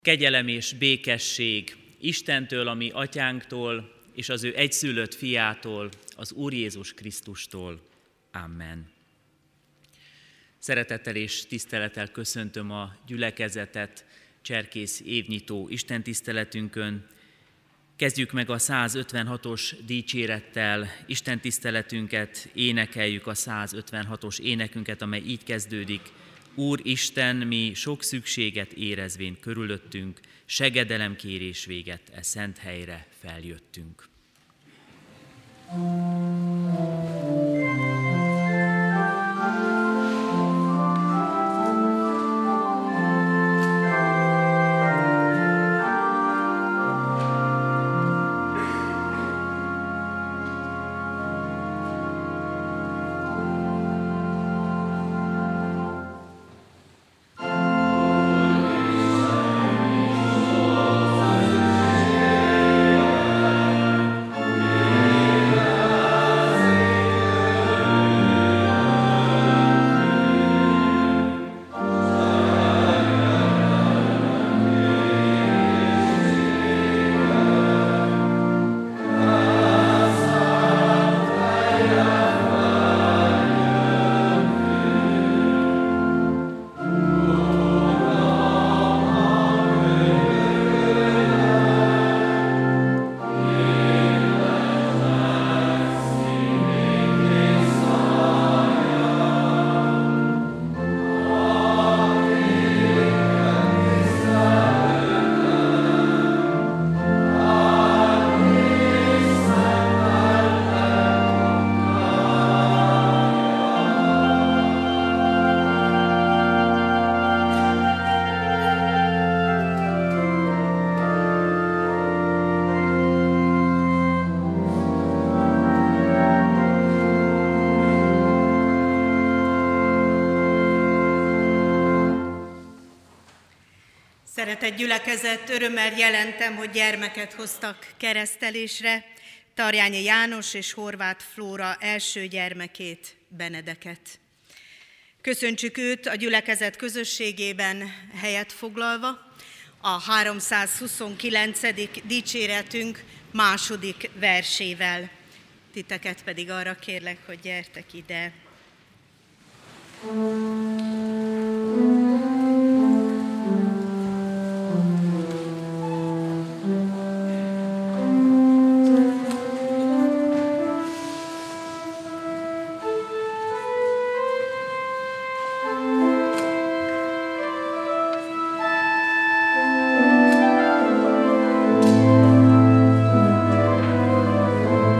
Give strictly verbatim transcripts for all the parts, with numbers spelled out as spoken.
Kegyelem és békesség Istentől, a mi atyánktól, és az ő egyszülött fiától, az Úr Jézus Krisztustól. Amen. Szeretettel és tisztelettel köszöntöm a gyülekezetet cserkész évnyitó istentiszteletünkön. Kezdjük meg a százötvenhatos dicsérettel istentiszteletünket, énekeljük a százötvenhatos énekünket, amely így kezdődik. Úr Isten, mi sok szükséget érezvén körülöttünk, segedelem kérés véget e szent helyre feljöttünk. Szeretett gyülekezet, örömmel jelentem, hogy gyermeket hoztak keresztelésre, Tarjányi János és Horváth Flóra első gyermekét, Benedeket. Köszöntsük őt a gyülekezet közösségében helyet foglalva, a háromszázhuszonkilencedik dicséretünk második versével. Titeket pedig arra kérlek, hogy gyertek ide.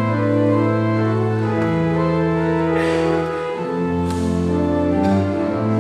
Thank you.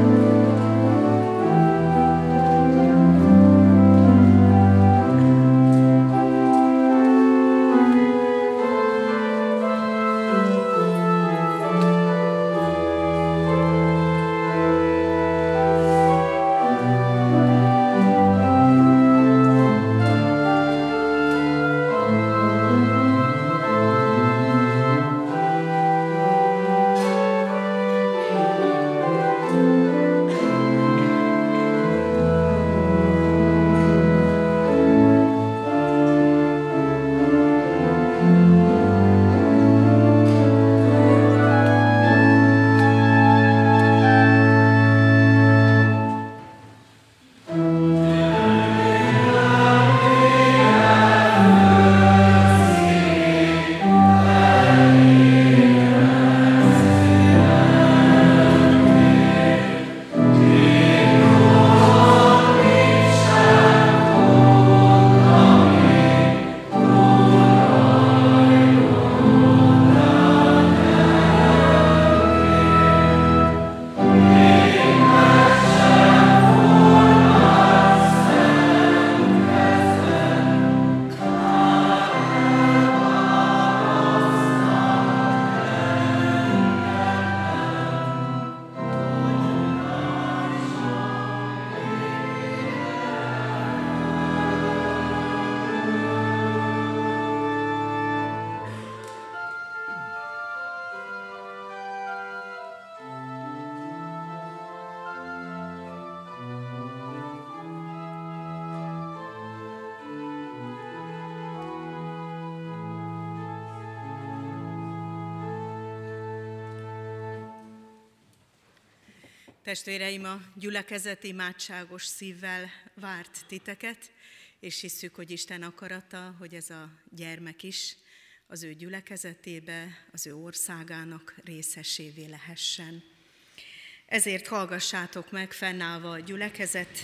Testvéreim, a gyülekezet imádságos szívvel várt titeket, és hisszük, hogy Isten akarata, hogy ez a gyermek is az ő gyülekezetébe, az ő országának részesévé lehessen. Ezért hallgassátok meg fennállva a gyülekezet,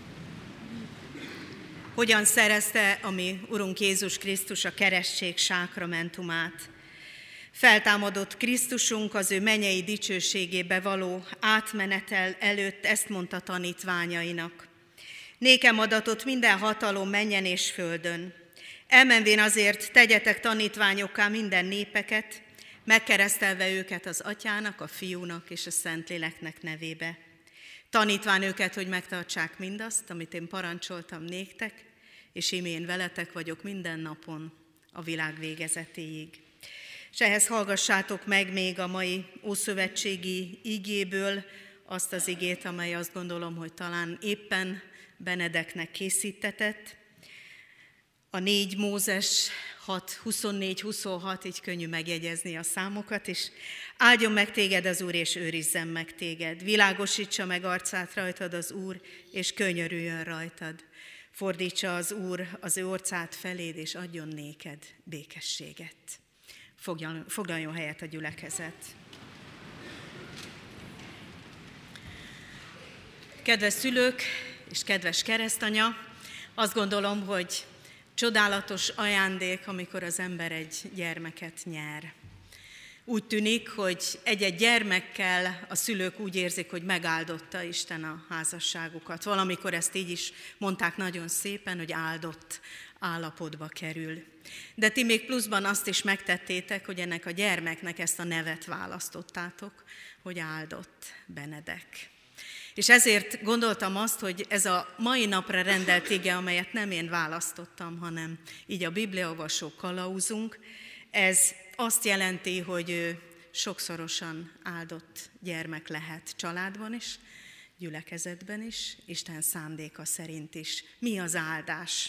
hogyan szerezte a mi Urunk Jézus Krisztus a keresztség sákramentumát. Feltámadott Krisztusunk az ő mennyei dicsőségébe való átmenetel előtt ezt mondta tanítványainak. Nékem adatott minden hatalom mennyen és földön. Elmenvén azért tegyetek tanítványokká minden népeket, megkeresztelve őket az Atyának, a Fiúnak és a Szentléleknek nevébe. Tanítván őket, hogy megtartsák mindazt, amit én parancsoltam néktek, és imén veletek vagyok minden napon a világ végezetéig. És ehhez hallgassátok meg még a mai ószövetségi igéből azt az igét, amely azt gondolom, hogy talán éppen Benedeknek készítetett. A négy Mózes hat, huszonnégy, huszonhat, így könnyű megjegyezni a számokat, és áldjon meg téged az Úr, és őrizzen meg téged. Világosítsa meg arcát rajtad az Úr, és könyörüljön rajtad. Fordítsa az Úr az ő arcát feléd, és adjon néked békességet. Foglaljon, foglaljon helyet a gyülekezet. Kedves szülők és kedves keresztanya, azt gondolom, hogy csodálatos ajándék, amikor az ember egy gyermeket nyer. Úgy tűnik, hogy egy-egy gyermekkel a szülők úgy érzik, hogy megáldotta Isten a házasságukat. Valamikor ezt így is mondták nagyon szépen, hogy áldott állapotba kerül. De ti még pluszban azt is megtettétek, hogy ennek a gyermeknek ezt a nevet választottátok, hogy áldott Benedek. És ezért gondoltam azt, hogy ez a mai napra rendelt ige, amelyet nem én választottam, hanem így a bibliaolvasó kalauzunk, ez azt jelenti, hogy ő sokszorosan áldott gyermek lehet családban is, gyülekezetben is, Isten szándéka szerint is. Mi az áldás?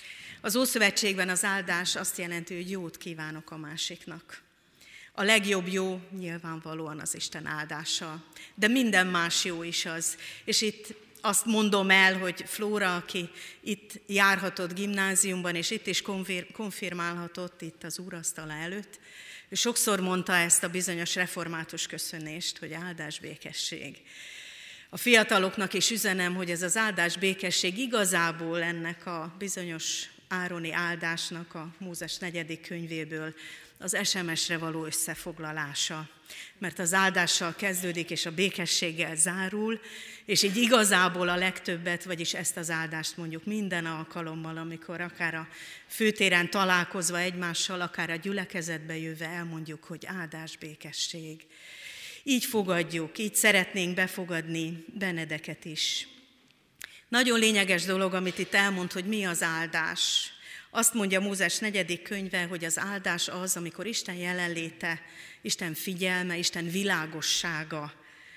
Az Ószövetségben az áldás azt jelenti, hogy jót kívánok a másiknak. A legjobb jó nyilvánvalóan az Isten áldása, de minden más jó is az. És itt azt mondom el, hogy Flóra, aki itt járhatott gimnáziumban, és itt is konfirmálhatott itt az úrasztala előtt, ő sokszor mondta ezt a bizonyos református köszönést, hogy áldás, békesség. A fiataloknak is üzenem, hogy ez az áldás, békesség igazából ennek a bizonyos ároni áldásnak a Mózes negyedik könyvéből az es em es-re való összefoglalása. Mert az áldással kezdődik, és a békességgel zárul, és így igazából a legtöbbet, vagyis ezt az áldást mondjuk minden alkalommal, amikor akár a főtéren találkozva egymással, akár a gyülekezetbe jöve elmondjuk, hogy áldás, békesség. Így fogadjuk, így szeretnénk befogadni Benedeket is. Nagyon lényeges dolog, amit itt elmond, hogy mi az áldás. Azt mondja Mózes negyedik könyve, hogy az áldás az, amikor Isten jelenléte, Isten figyelme, Isten világossága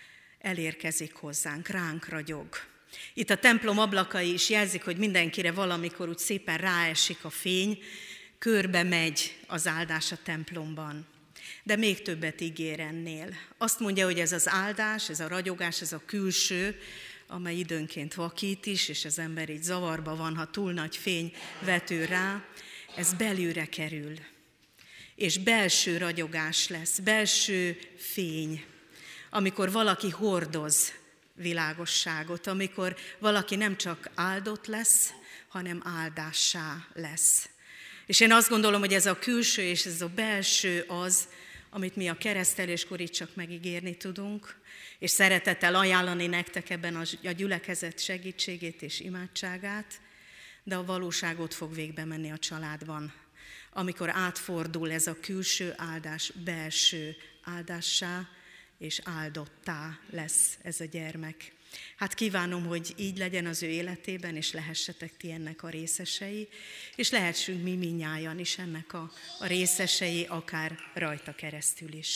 elérkezik hozzánk, ránk ragyog. Itt a templom ablakai is jelzik, hogy mindenkire valamikor úgy szépen ráesik a fény, körbe megy az áldás a templomban. De még többet ígér ennél. Azt mondja, hogy ez az áldás, ez a ragyogás, ez a külső, amely időnként vakít is, és az ember így zavarba van, ha túl nagy fény vető rá, ez belülre kerül. És belső ragyogás lesz, belső fény, amikor valaki hordoz világosságot, amikor valaki nem csak áldott lesz, hanem áldássá lesz. És én azt gondolom, hogy ez a külső és ez a belső az, amit mi a kereszteléskor itt csak megígérni tudunk, és szeretettel ajánlani nektek ebben a gyülekezet segítségét és imádságát, de a valóság ott fog végbe menni a családban, amikor átfordul ez a külső áldás belső áldássá, és áldottá lesz ez a gyermek. Hát kívánom, hogy így legyen az ő életében, és lehessetek ti ennek a részesei, és lehessünk mi mindnyájan is ennek a, a részesei, akár rajta keresztül is.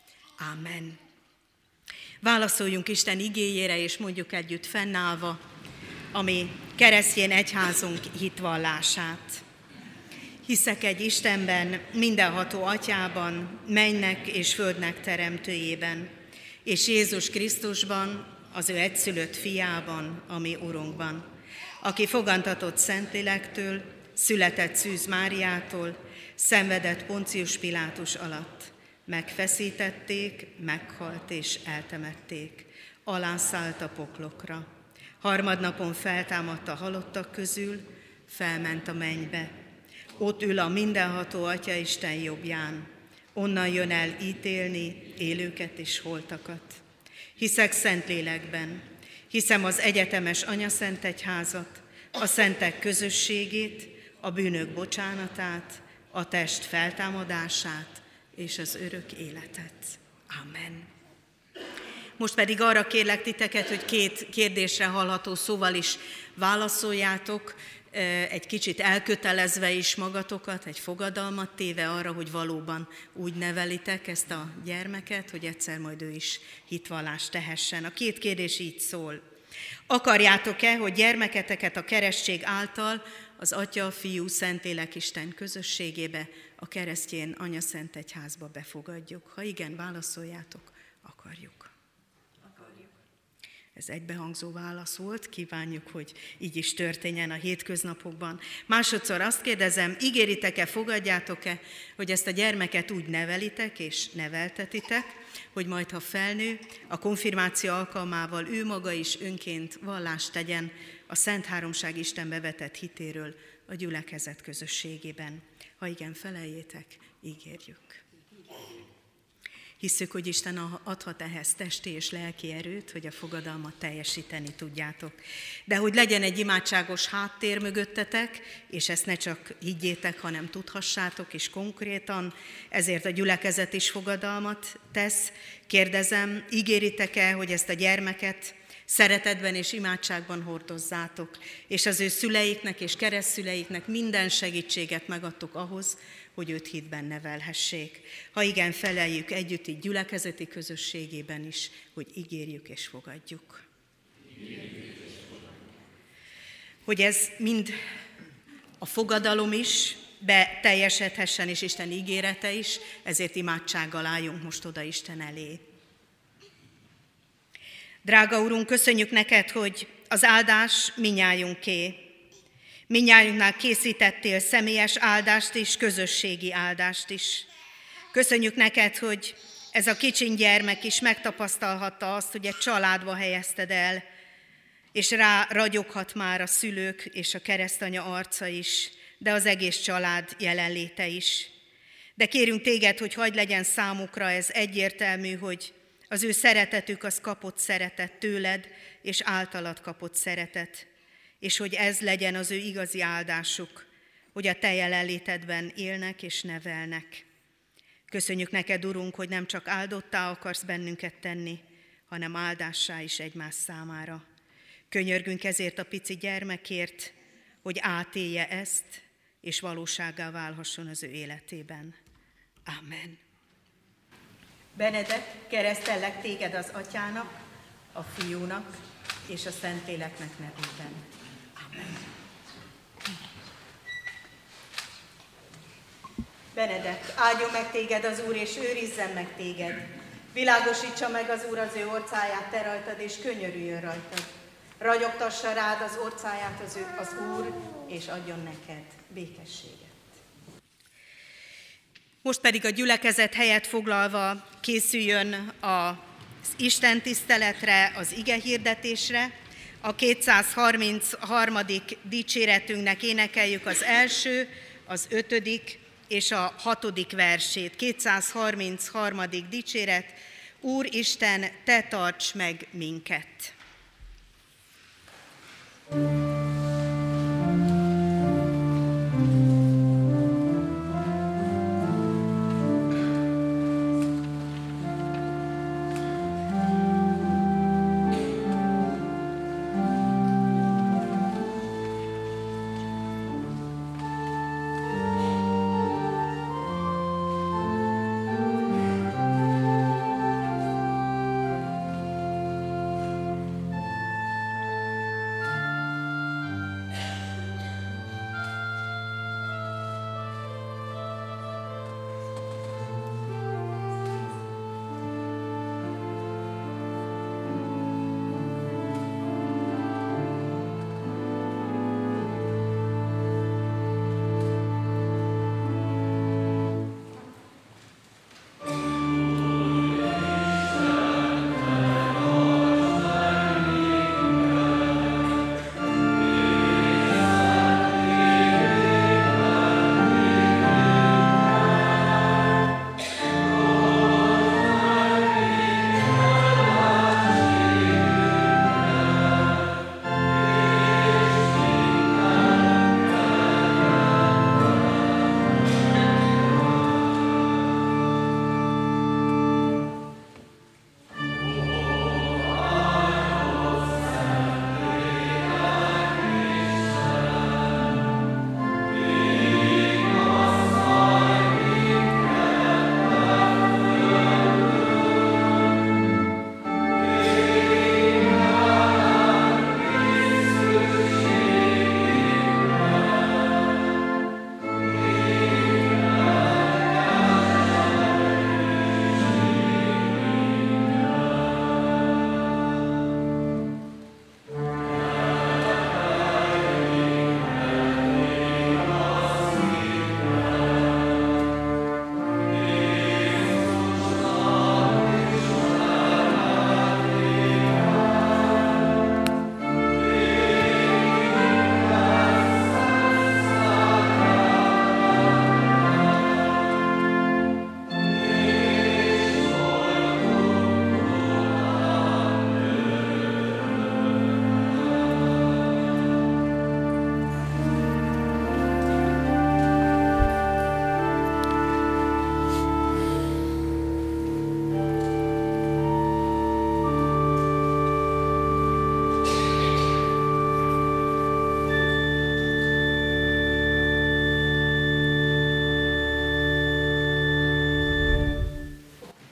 Ámen. Válaszoljunk Isten igéjére, és mondjuk együtt fennállva, ami keresztény egyházunk hitvallását. Hiszek egy Istenben, mindenható Atyában, mennynek és földnek teremtőjében, és Jézus Krisztusban, az ő egyszülött fiában, ami Urunkban, aki fogantatott Szentlélektől, született Szűz Máriától, szenvedett Poncius Pilátus alatt. Megfeszítették, meghalt és eltemették. Alászállt a poklokra. Harmadnapon feltámadt a halottak közül, felment a mennybe. Ott ül a mindenható Atya Isten jobbján. Onnan jön el ítélni élőket és holtakat. Hiszek Szentlélekben, hiszem az egyetemes anyaszentegyházat, a szentek közösségét, a bűnök bocsánatát, a test feltámadását és az örök életet. Amen. Most pedig arra kérlek titeket, hogy két kérdésre hallható szóval is válaszoljátok, egy kicsit elkötelezve is magatokat, egy fogadalmat téve arra, hogy valóban úgy nevelitek ezt a gyermeket, hogy egyszer majd ő is hitvallást tehessen. A két kérdés így szól. Akarjátok-e, hogy gyermeketeket a keresztség által az Atya, Fiú, Szentlélek Isten közösségébe, a keresztjén anyaszentegyházba befogadjuk? Ha igen, válaszoljátok, akarjuk. Ez egybehangzó válasz volt, kívánjuk, hogy így is történjen a hétköznapokban. Másodszor azt kérdezem, ígéritek-e, fogadjátok-e, hogy ezt a gyermeket úgy nevelitek és neveltetitek, hogy majd, ha felnő, a konfirmáció alkalmával ő maga is önként vallást tegyen a Szent Háromság Istenbe vetett hitéről a gyülekezet közösségében. Ha igen, feleljétek, ígérjük. Hisszük, hogy Isten adhat ehhez testi és lelki erőt, hogy a fogadalmat teljesíteni tudjátok. De hogy legyen egy imádságos háttér mögöttetek, és ezt ne csak higgyétek, hanem tudhassátok is konkrétan, ezért a gyülekezet is fogadalmat tesz. Kérdezem, ígéritek-e, hogy ezt a gyermeket szeretetben és imádságban hordozzátok, és az ő szüleiknek és keresztszüleiknek minden segítséget megadtok ahhoz, hogy őt hitben nevelhessék. Ha igen, feleljük együtt így gyülekezeti közösségében is, hogy ígérjük és fogadjuk. Hogy ez mind a fogadalom is beteljesedhessen, és Isten ígérete is, ezért imádsággal álljunk most oda Isten elé. Drága Urunk, köszönjük neked, hogy az áldás minnyájunké. Minnyájunknál készítettél személyes áldást is, közösségi áldást is. Köszönjük neked, hogy ez a kicsin gyermek is megtapasztalhatta azt, hogy egy családba helyezted el, és rá ragyoghat már a szülők és a keresztanya arca is, de az egész család jelenléte is. De kérünk téged, hogy hadd legyen számukra ez egyértelmű, hogy az ő szeretetük az kapott szeretet tőled, és általad kapott szeretet, és hogy ez legyen az ő igazi áldásuk, hogy a te jelenlétedben élnek és nevelnek. Köszönjük neked, Urunk, hogy nem csak áldottá akarsz bennünket tenni, hanem áldássá is egymás számára. Könyörgünk ezért a pici gyermekért, hogy átélje ezt, és valósággá válhasson az ő életében. Amen. Benedek, keresztellek téged az Atyának, a Fiúnak és a Szentléleknek nevében. Amen. Benedek, áldjon meg téged az Úr, és őrizzen meg téged. Világosítsa meg az Úr az ő orcáját te rajtad, és könyörüljön rajtad. Ragyogtassa rád az orcáját az, ő, az Úr, és adjon neked békességet. Most pedig a gyülekezet helyet foglalva készüljön az Isten tiszteletre, az ige hirdetésre. A kétszázharmincharmadik dicséretünknek énekeljük az első, az ötödik és a hatodik versét. kétszázharmincharmadik dicséret, Úristen, te tarts meg minket!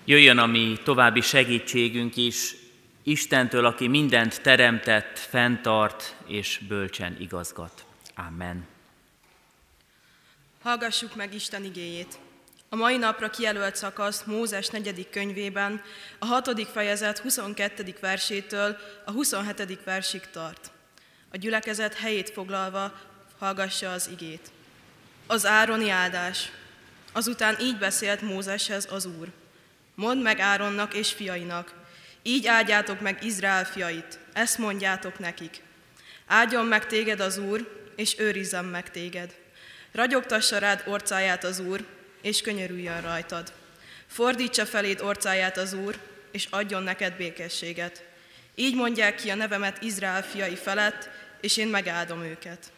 Jöjjön a mi további segítségünk is Istentől, aki mindent teremtett, fenntart és bölcsen igazgat. Amen. Hallgassuk meg Isten igéjét. A mai napra kijelölt szakasz Mózes negyedik könyvében a hatodik fejezet huszonkettedik versétől a huszonhetedik versig tart. A gyülekezet helyét foglalva hallgassa az igét. Az ároni áldás. Azután így beszélt Mózeshez az Úr. Mondd meg Áronnak és fiainak, így áldjátok meg Izrael fiait, ezt mondjátok nekik. Áldjon meg téged az Úr, és őrizzem meg téged. Ragyogtassa rád orcáját az Úr, és könyörüljön rajtad. Fordítsa feléd orcáját az Úr, és adjon neked békességet. Így mondják ki a nevemet Izrael fiai felett, és én megáldom őket.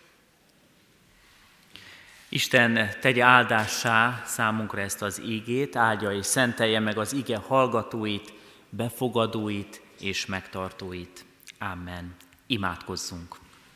Isten tegye áldássá számunkra ezt az ígét, áldja és szentelje meg az ige hallgatóit, befogadóit és megtartóit. Amen. Imádkozzunk.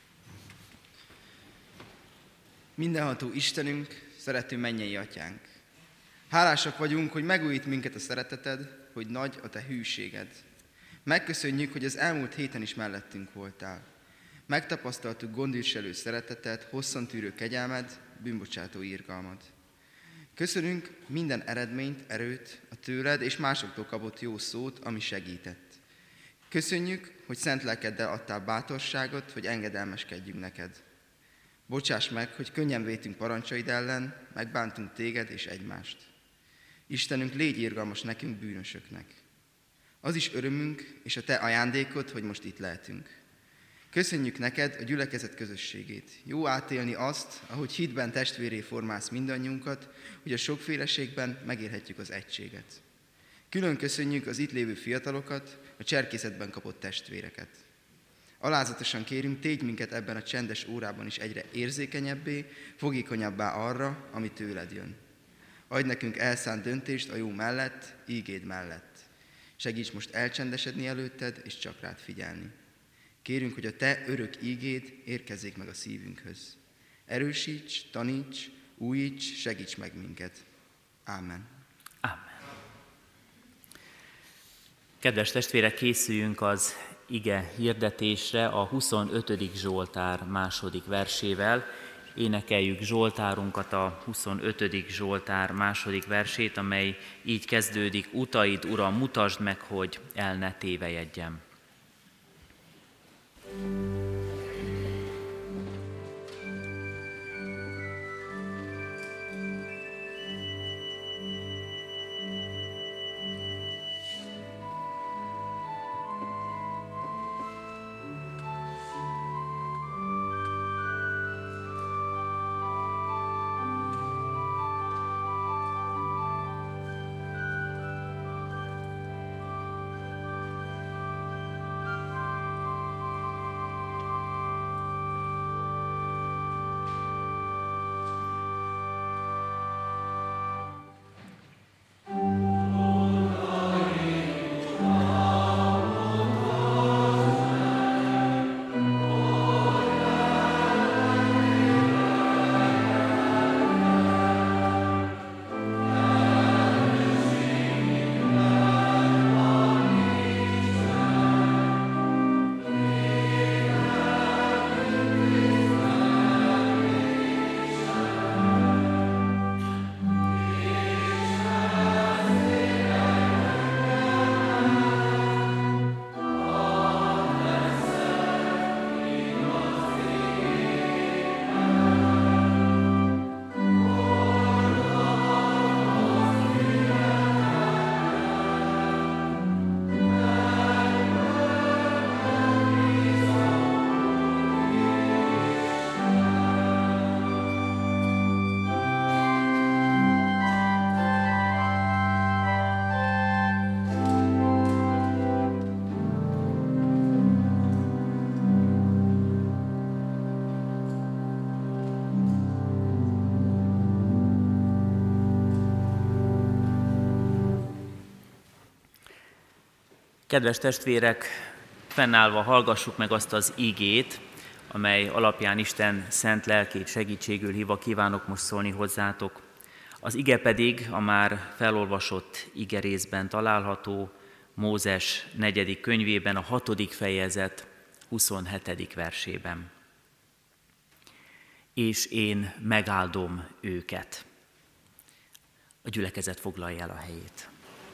Mindenható Istenünk, szerető mennyei Atyánk! Hálásak vagyunk, hogy megújít minket a szereteted, hogy nagy a te hűséged. Megköszönjük, hogy az elmúlt héten is mellettünk voltál. Megtapasztaltuk gondviselő szereteted, hosszantűrő kegyelmed, bűnbocsátó irgalmad. Köszönünk minden eredményt, erőt, a tőled és másoktól kapott jó szót, ami segített. Köszönjük, hogy szent lelkeddel adtál bátorságot, hogy engedelmeskedjünk neked. Bocsáss meg, hogy könnyen vétünk parancsaid ellen, megbántunk téged és egymást. Istenünk, légy irgalmas nekünk bűnösöknek. Az is örömünk és a te ajándékod, hogy most itt lehetünk. Köszönjük neked a gyülekezet közösségét. Jó átélni azt, ahogy hitben testvéré formálsz mindannyiunkat, hogy a sokféleségben megérhetjük az egységet. Külön köszönjük az itt lévő fiatalokat, a cserkészetben kapott testvéreket. Alázatosan kérünk, tégy minket ebben a csendes órában is egyre érzékenyebbé, fogékonyabbá arra, ami tőled jön. Adj nekünk elszánt döntést a jó mellett, ígéd mellett. Segíts most elcsendesedni előtted, és csak rád figyelni. Kérünk, hogy a te örök ígéd érkezzék meg a szívünkhöz. Erősíts, taníts, újíts, segíts meg minket. Ámen. Ámen. Kedves testvérek, készüljünk az ige hirdetésre a huszonötödik Zsoltár második versével. Énekeljük Zsoltárunkat, a huszonötödik Zsoltár második versét, amely így kezdődik: Utaid, Uram, mutasd meg, hogy el ne tévejedjem. Kedves testvérek, fennállva hallgassuk meg azt az ígét, amely alapján Isten szent lelkét segítségül hívva kívánok most szólni hozzátok. Az ige pedig a már felolvasott igerészben található, Mózes negyedik könyvében, a hatodik fejezet huszonhetedik versében. És én megáldom őket. A gyülekezet foglalja el a helyét.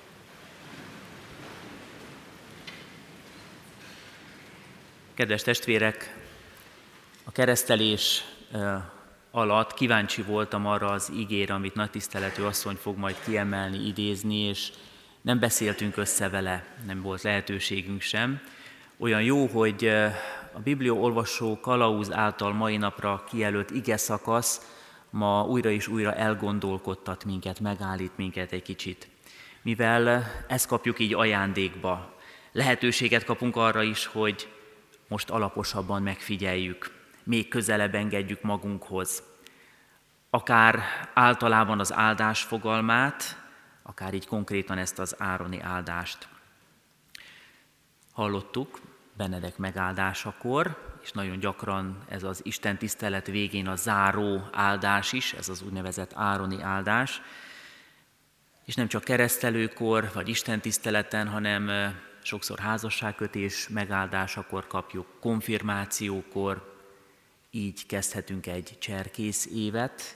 Kedves testvérek, a keresztelés alatt kíváncsi voltam arra az igére, amit nagy tiszteletű asszony fog majd kiemelni, idézni, és nem beszéltünk össze vele, nem volt lehetőségünk sem. Olyan jó, hogy a bibliaolvasó kalauz által mai napra kijelölt ige szakasz ma újra és újra elgondolkodtat minket, megállít minket egy kicsit. Mivel ezt kapjuk így ajándékba, lehetőséget kapunk arra is, hogy most alaposabban megfigyeljük, még közelebb engedjük magunkhoz. Akár általában az áldás fogalmát, akár így konkrétan ezt az ároni áldást. Hallottuk Benedek megáldásakor, és nagyon gyakran ez az Isten tisztelet végén a záró áldás is, ez az úgynevezett ároni áldás. És nem csak keresztelőkor, vagy Isten tiszteleten, hanem sokszor házasságkötés megáldásakor kapjuk, konfirmációkor, így kezdhetünk egy cserkész évet.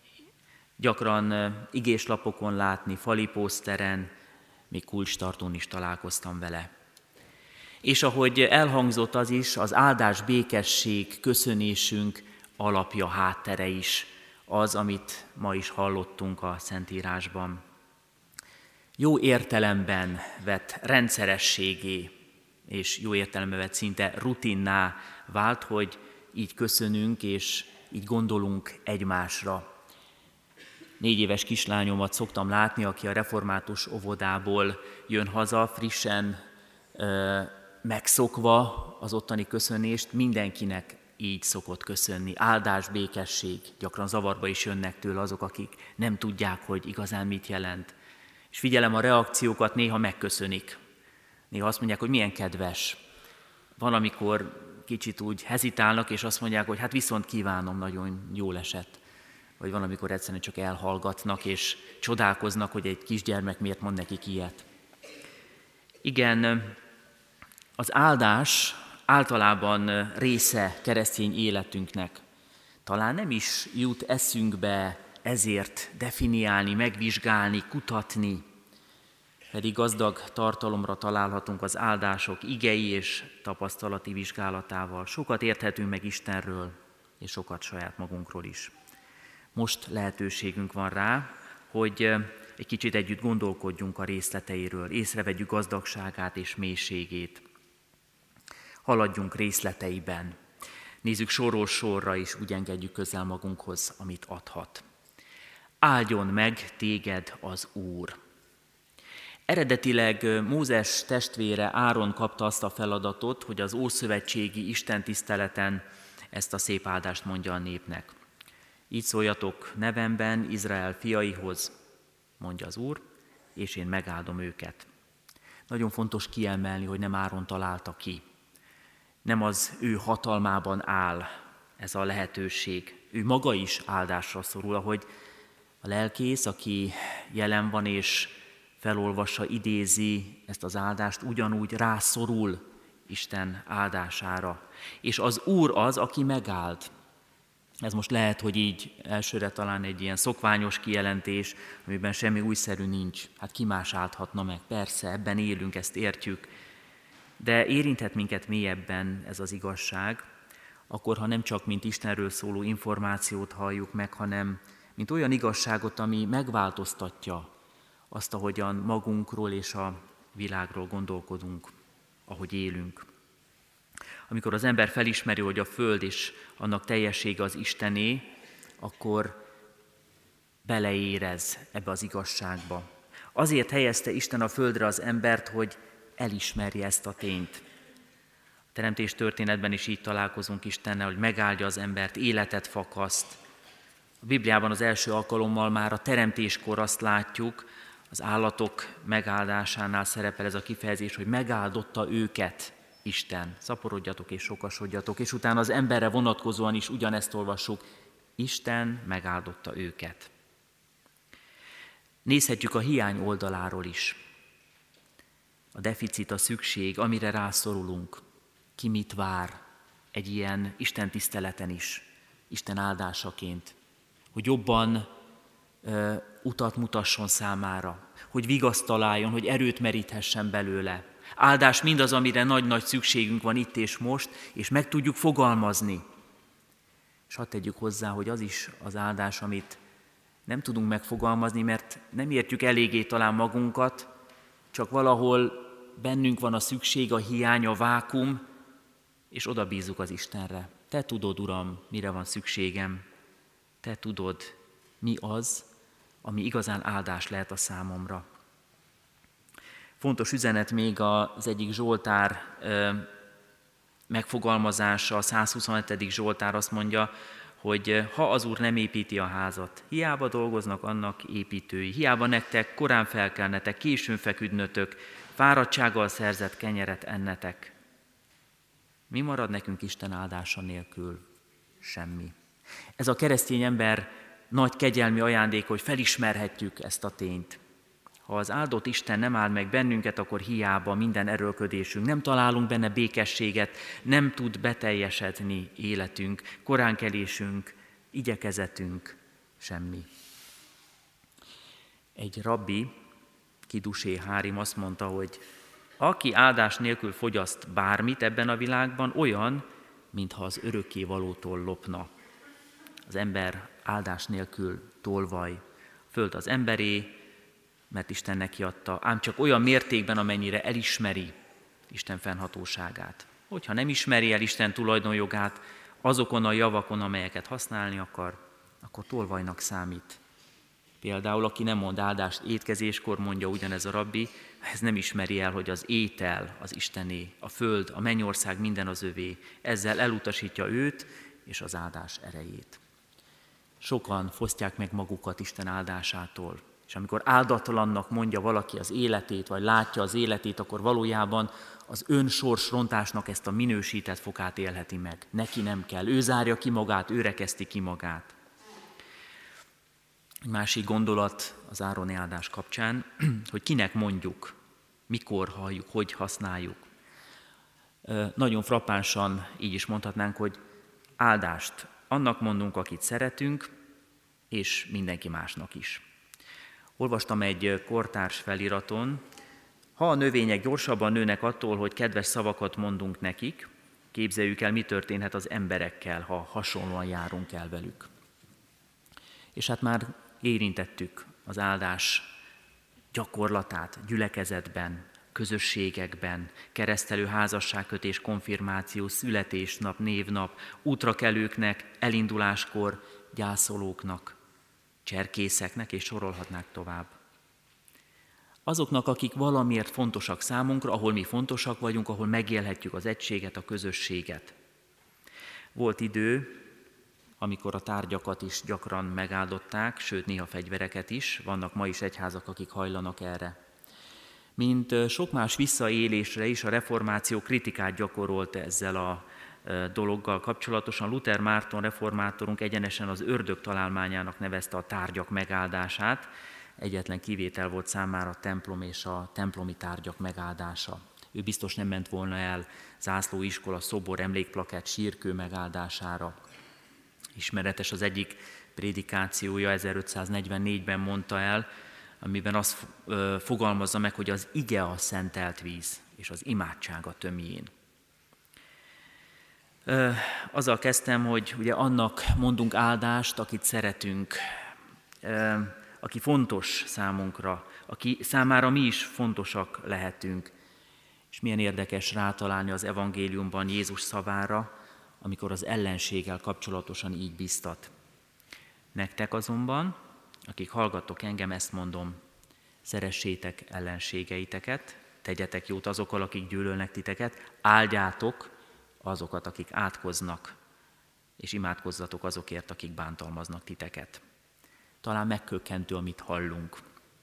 Gyakran igéslapokon látni, fali poszteren, még kulcstartón is találkoztam vele. És ahogy elhangzott az is, az áldás, békesség, köszönésünk alapja, háttere is az, amit ma is hallottunk a Szentírásban. Jó értelemben vett rendszerességé, és jó értelemben vett szinte rutinná vált, hogy így köszönünk, és így gondolunk egymásra. Négy éves kislányomat szoktam látni, aki a református óvodából jön haza, frissen ö, megszokva az ottani köszönést, mindenkinek így szokott köszönni. Áldás, békesség, gyakran zavarba is jönnek tőle azok, akik nem tudják, hogy igazán mit jelent. És figyelem a reakciókat, néha megköszönik. Néha azt mondják, hogy milyen kedves. Van, amikor kicsit úgy hezitálnak, és azt mondják, hogy hát viszont kívánom, nagyon jól esett. Vagy van, amikor egyszerűen csak elhallgatnak, és csodálkoznak, hogy egy kisgyermek miért mond nekik ilyet. Igen, az áldás általában része keresztény életünknek. Talán nem is jut eszünkbe ezért definiálni, megvizsgálni, kutatni, pedig gazdag tartalomra találhatunk az áldások igei és tapasztalati vizsgálatával. Sokat érthetünk meg Istenről, és sokat saját magunkról is. Most lehetőségünk van rá, hogy egy kicsit együtt gondolkodjunk a részleteiről, észrevegyük gazdagságát és mélységét. Haladjunk részleteiben, nézzük sorról sorra, és úgy engedjük közel magunkhoz, amit adhat. Áldjon meg téged az Úr! Eredetileg Mózes testvére Áron kapta azt a feladatot, hogy az ószövetségi istentiszteleten ezt a szép áldást mondja a népnek. Így szóljatok nevemben Izrael fiaihoz, mondja az Úr, és én megáldom őket. Nagyon fontos kiemelni, hogy nem Áron találta ki. Nem az ő hatalmában áll ez a lehetőség. Ő maga is áldásra szorul, ahogy a lelkész, aki jelen van és felolvassa, idézi ezt az áldást, ugyanúgy rászorul Isten áldására. És az Úr az, aki megáld. Ez most lehet, hogy így elsőre talán egy ilyen szokványos kijelentés, amiben semmi újszerű nincs. Hát ki más áldhatna meg? Persze, ebben élünk, ezt értjük. De érinthet minket mélyebben ez az igazság, akkor, ha nem csak mint Istenről szóló információt halljuk meg, hanem mint olyan igazságot, ami megváltoztatja azt, ahogyan magunkról és a világról gondolkodunk, ahogy élünk. Amikor az ember felismeri, hogy a Föld és annak teljessége az Istené, akkor beleérez ebbe az igazságba. Azért helyezte Isten a földre az embert, hogy elismerje ezt a tényt. A teremtés történetben is így találkozunk Istennel, hogy megáldja az embert, életet fakaszt. A Bibliában az első alkalommal már a teremtéskor azt látjuk, az állatok megáldásánál szerepel ez a kifejezés, hogy megáldotta őket Isten. Szaporodjatok és sokasodjatok, és utána az emberre vonatkozóan is ugyanezt olvassuk. Isten megáldotta őket. Nézhetjük a hiány oldaláról is. A deficit, a szükség, amire rászorulunk. Ki mit vár egy ilyen Isten tiszteleten is, Isten áldásaként. Hogy jobban ö, utat mutasson számára, hogy vigaszt találjon, hogy erőt meríthessen belőle. Áldás mindaz, amire nagy-nagy szükségünk van itt és most, és meg tudjuk fogalmazni. És hadd tegyük hozzá, hogy az is az áldás, amit nem tudunk megfogalmazni, mert nem értjük eléggé talán magunkat, csak valahol bennünk van a szükség, a hiány, a vákum, és oda bízzuk az Istenre. Te tudod, Uram, mire van szükségem. Te tudod, mi az, ami igazán áldás lehet a számomra. Fontos üzenet még az egyik Zsoltár megfogalmazása, a százhuszonhetedik Zsoltár azt mondja, hogy ha az Úr nem építi a házat, hiába dolgoznak annak építői, hiába nektek korán felkelnetek, későn feküdnötök, fáradtsággal szerzett kenyeret ennetek. Mi marad nekünk Isten áldása nélkül? Semmi. Ez a keresztény ember nagy kegyelmi ajándék, hogy felismerhetjük ezt a tényt. Ha az áldott Isten nem áld meg bennünket, akkor hiába minden erőlködésünk, nem találunk benne békességet, nem tud beteljesedni életünk, koránkelésünk, igyekezetünk, semmi. Egy rabbi, Kidusé Hárim azt mondta, hogy aki áldás nélkül fogyaszt bármit ebben a világban, olyan, mintha az örökkévalótól lopna. Az ember áldás nélkül tolvaj, a föld az emberé, mert Isten neki adta, ám csak olyan mértékben, amennyire elismeri Isten fennhatóságát. Hogyha nem ismeri el Isten tulajdonjogát azokon a javakon, amelyeket használni akar, akkor tolvajnak számít. Például, aki nem mond áldást étkezéskor, mondja ugyanez a rabbi, ez nem ismeri el, hogy az étel az Istené, a föld, a mennyország minden az övé. Ezzel elutasítja őt és az áldás erejét. Sokan fosztják meg magukat Isten áldásától, és amikor áldatlannak mondja valaki az életét, vagy látja az életét, akkor valójában az önsorsrontásnak ezt a minősített fokát élheti meg. Neki nem kell, ő zárja ki magát, ő rekeszti ki magát. Egy másik gondolat az ároni áldás kapcsán, hogy kinek mondjuk, mikor halljuk, hogy használjuk. Nagyon frappánsan így is mondhatnánk, hogy áldást annak mondunk, akit szeretünk, és mindenki másnak is. Olvastam egy kortárs feliraton, ha a növények gyorsabban nőnek attól, hogy kedves szavakat mondunk nekik, képzeljük el, mi történhet az emberekkel, ha hasonlóan járunk el velük. És hát már érintettük az áldás gyakorlatát gyülekezetben, közösségekben, keresztelő házasságkötés, konfirmáció, születésnap, névnap, útrakelőknek, elinduláskor, gyászolóknak, cserkészeknek, és sorolhatnák tovább. Azoknak, akik valamiért fontosak számunkra, ahol mi fontosak vagyunk, ahol megélhetjük az egységet, a közösséget. Volt idő, amikor a tárgyakat is gyakran megáldották, sőt néha fegyvereket is, vannak ma is egyházak, akik hajlanak erre. Mint sok más visszaélésre is a reformáció kritikát gyakorolt ezzel a dologgal kapcsolatosan. Luther Márton reformátorunk egyenesen az ördög találmányának nevezte a tárgyak megáldását. Egyetlen kivétel volt számára a templom és a templomi tárgyak megáldása. Ő biztos nem ment volna el zászlóiskola, szobor, emlékplakett, sírkő megáldására. Ismeretes az egyik prédikációja, ezerötszáznegyvennégyben mondta el, amiben azt fogalmazza meg, hogy az ige a szentelt víz, és az imádság a tömjén. Azzal kezdtem, hogy ugye annak mondunk áldást, akit szeretünk, aki fontos számunkra, aki számára mi is fontosak lehetünk. És milyen érdekes rátalálni az evangéliumban Jézus szavára, amikor az ellenséggel kapcsolatosan így biztat. Nektek azonban, akik hallgattok engem, ezt mondom, szeressétek ellenségeiteket, tegyetek jót azokkal, akik gyűlölnek titeket, áldjátok azokat, akik átkoznak, és imádkozzatok azokért, akik bántalmaznak titeket. Talán megkökkentő, amit hallunk.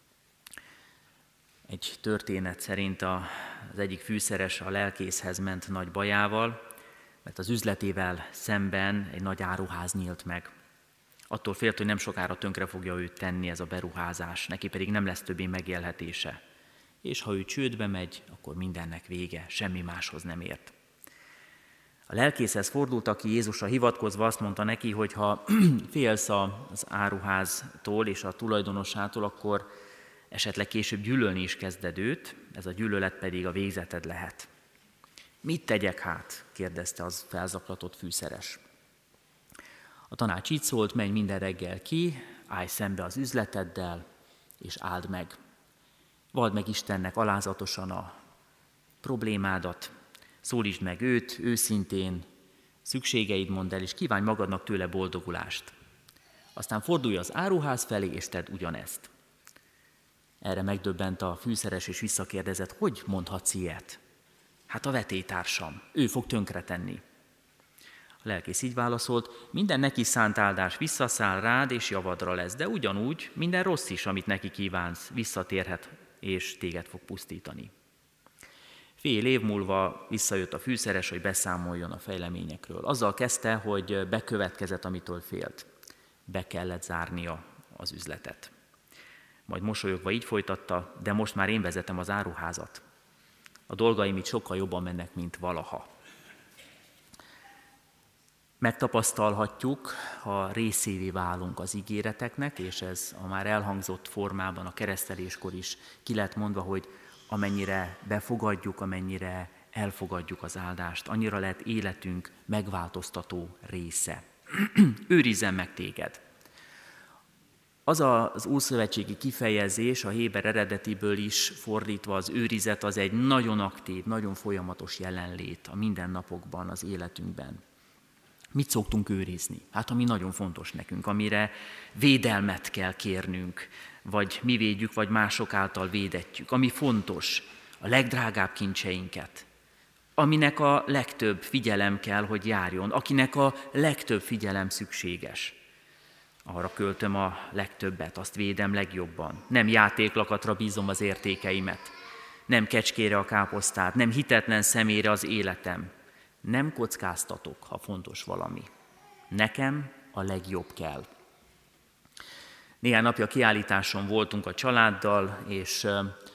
Egy történet szerint az egyik fűszeres a lelkészhez ment nagy bajával, mert az üzletével szemben egy nagy áruház nyílt meg. Attól félt, hogy nem sokára tönkre fogja őt tenni ez a beruházás, neki pedig nem lesz többé megélhetése. És ha ő csődbe megy, akkor mindennek vége, semmi máshoz nem ért. A lelkészhez fordult, aki Jézusra hivatkozva azt mondta neki, hogy ha félsz az áruháztól és a tulajdonosától, akkor esetleg később gyűlölni is kezded őt, ez a gyűlölet pedig a végzeted lehet. Mit tegyek hát? Kérdezte az felzaklatott fűszeres. A tanács így szólt, menj minden reggel ki, állj szembe az üzleteddel, és áld meg. Vald meg Istennek alázatosan a problémádat, szólítsd meg őt őszintén, szükségeid mondd el, és kívánj magadnak tőle boldogulást. Aztán fordulj az áruház felé, és tedd ugyanezt. Erre megdöbbent a fűszeres, és visszakérdezett, hogy mondhatsz ilyet? Hát a vetélytársam, ő fog tönkretenni. A lelkész így válaszolt, minden neki szánt áldás visszaszáll rád, és javadra lesz, de ugyanúgy minden rossz is, amit neki kívánsz, visszatérhet, és téged fog pusztítani. Fél év múlva visszajött a fűszeres, hogy beszámoljon a fejleményekről. Azzal kezdte, hogy bekövetkezett, amitől félt. Be kellett zárnia az üzletet. Majd mosolyogva így folytatta, de most már én vezetem az áruházat. A dolgaim itt sokkal jobban mennek, mint valaha. Megtapasztalhatjuk, ha részévé válunk az ígéreteknek, és ez a már elhangzott formában a kereszteléskor is ki lett mondva, hogy amennyire befogadjuk, amennyire elfogadjuk az áldást, annyira lett életünk megváltoztató része. Őrizzen meg téged. Az az ószövetségi kifejezés, a héber eredetiből is fordítva az őrizet, az egy nagyon aktív, nagyon folyamatos jelenlét a mindennapokban, az életünkben. Mit szoktunk őrizni? Hát ami nagyon fontos nekünk, amire védelmet kell kérnünk, vagy mi védjük, vagy mások által védetjük. Ami fontos, a legdrágább kincseinket, aminek a legtöbb figyelem kell, hogy járjon, akinek a legtöbb figyelem szükséges. Arra költöm a legtöbbet, azt védem legjobban. Nem játéklakatra bízom az értékeimet, nem kecskére a káposztát, nem hitetlen szemére az életem. Nem kockáztatok, ha fontos valami. Nekem a legjobb kell. Néhány napja kiállításon voltunk a családdal, és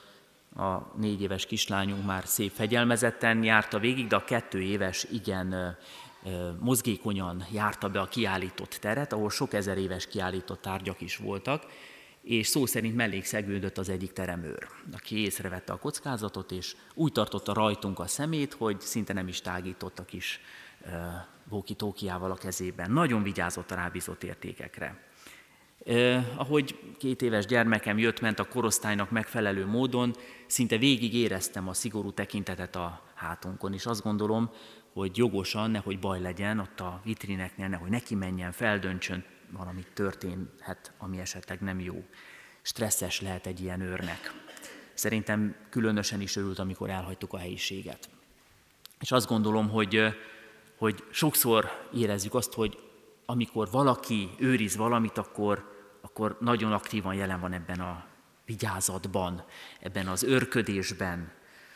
a négy éves kislányunk már szép fegyelmezetten járta végig, de a kettő éves igen mozgékonyan járta be a kiállított teret, ahol sok ezer éves kiállított tárgyak is voltak, és szó szerint mellékszegődött az egyik teremőr, aki észrevette a kockázatot, és úgy tartotta rajtunk a szemét, hogy szinte nem is tágított a kis uh, walkie-talkiával a kezében. Nagyon vigyázott a rábízott értékekre. Uh, ahogy két éves gyermekem jött-ment a korosztálynak megfelelő módon, szinte végig éreztem a szigorú tekintetet a hátunkon, és azt gondolom, hogy jogosan, nehogy baj legyen ott a vitrineknél, nehogy neki menjen, feldöntsön, valami történhet, ami esetleg nem jó. Stresszes lehet egy ilyen őrnek. Szerintem különösen is örült, amikor elhagytuk a helyiséget. És azt gondolom, hogy, hogy sokszor érezzük azt, hogy amikor valaki őriz valamit, akkor, akkor nagyon aktívan jelen van ebben a vigyázatban, ebben az őrködésben.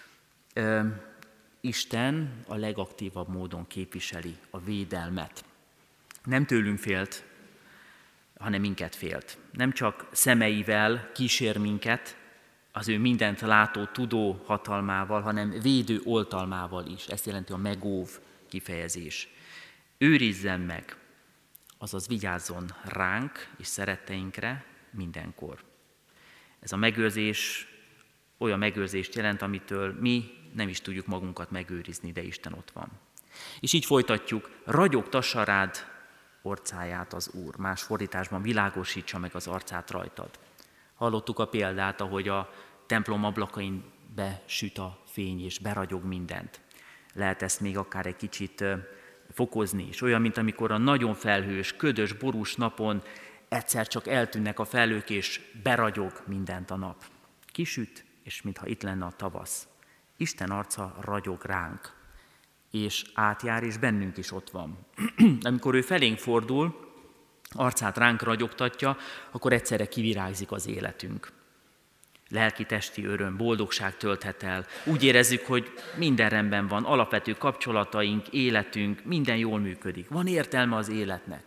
Isten a legaktívabb módon képviseli a védelmet. Nem tőlünk félt, hanem minket félt. Nem csak szemeivel kísér minket, az ő mindent látó, tudó hatalmával, hanem védő oltalmával is. Ezt jelenti a megóv kifejezés. Őrizzen meg, azaz vigyázzon ránk és szeretteinkre mindenkor. Ez a megőrzés olyan megőrzést jelent, amitől mi nem is tudjuk magunkat megőrizni, de Isten ott van. És így folytatjuk, ragyogtassa rád orcáját az Úr. Más fordításban világosítsa meg az arcát rajtad. Hallottuk a példát, ahogy a templom ablakain besüt a fény, és beragyog mindent. Lehet ezt még akár egy kicsit fokozni is. Olyan, mint amikor a nagyon felhős, ködös, borús napon egyszer csak eltűnnek a felhők, és beragyog mindent a nap. Kisüt, és mintha itt lenne a tavasz. Isten arca ragyog ránk, és átjár, és bennünk is ott van. Amikor ő felénk fordul, arcát ránk ragyogtatja, akkor egyszerre kivirágzik az életünk. Lelki-testi öröm, boldogság tölthet el. Úgy érezzük, hogy minden rendben van, alapvető kapcsolataink, életünk, minden jól működik. Van értelme az életnek.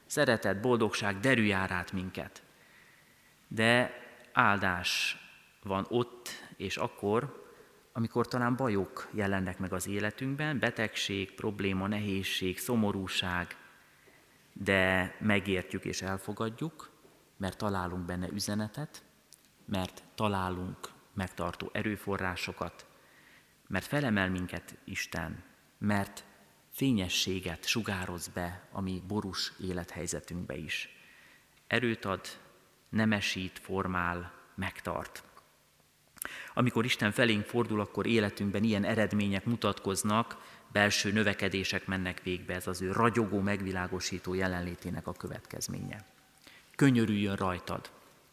szeretet, boldogság derűjár át minket. De áldás van ott és akkor, amikor talán bajok jelennek meg az életünkben, betegség, probléma, nehézség, szomorúság, de megértjük és elfogadjuk, mert találunk benne üzenetet, mert találunk megtartó erőforrásokat, mert felemel minket Isten, mert fényességet sugároz be a mi borús élethelyzetünkbe is. Erőt ad, nemesít, formál, megtart. Amikor Isten felénk fordul, akkor életünkben ilyen eredmények mutatkoznak, belső növekedések mennek végbe, ez az ő ragyogó, megvilágosító jelenlétének a következménye. Könyörüljön rajtad.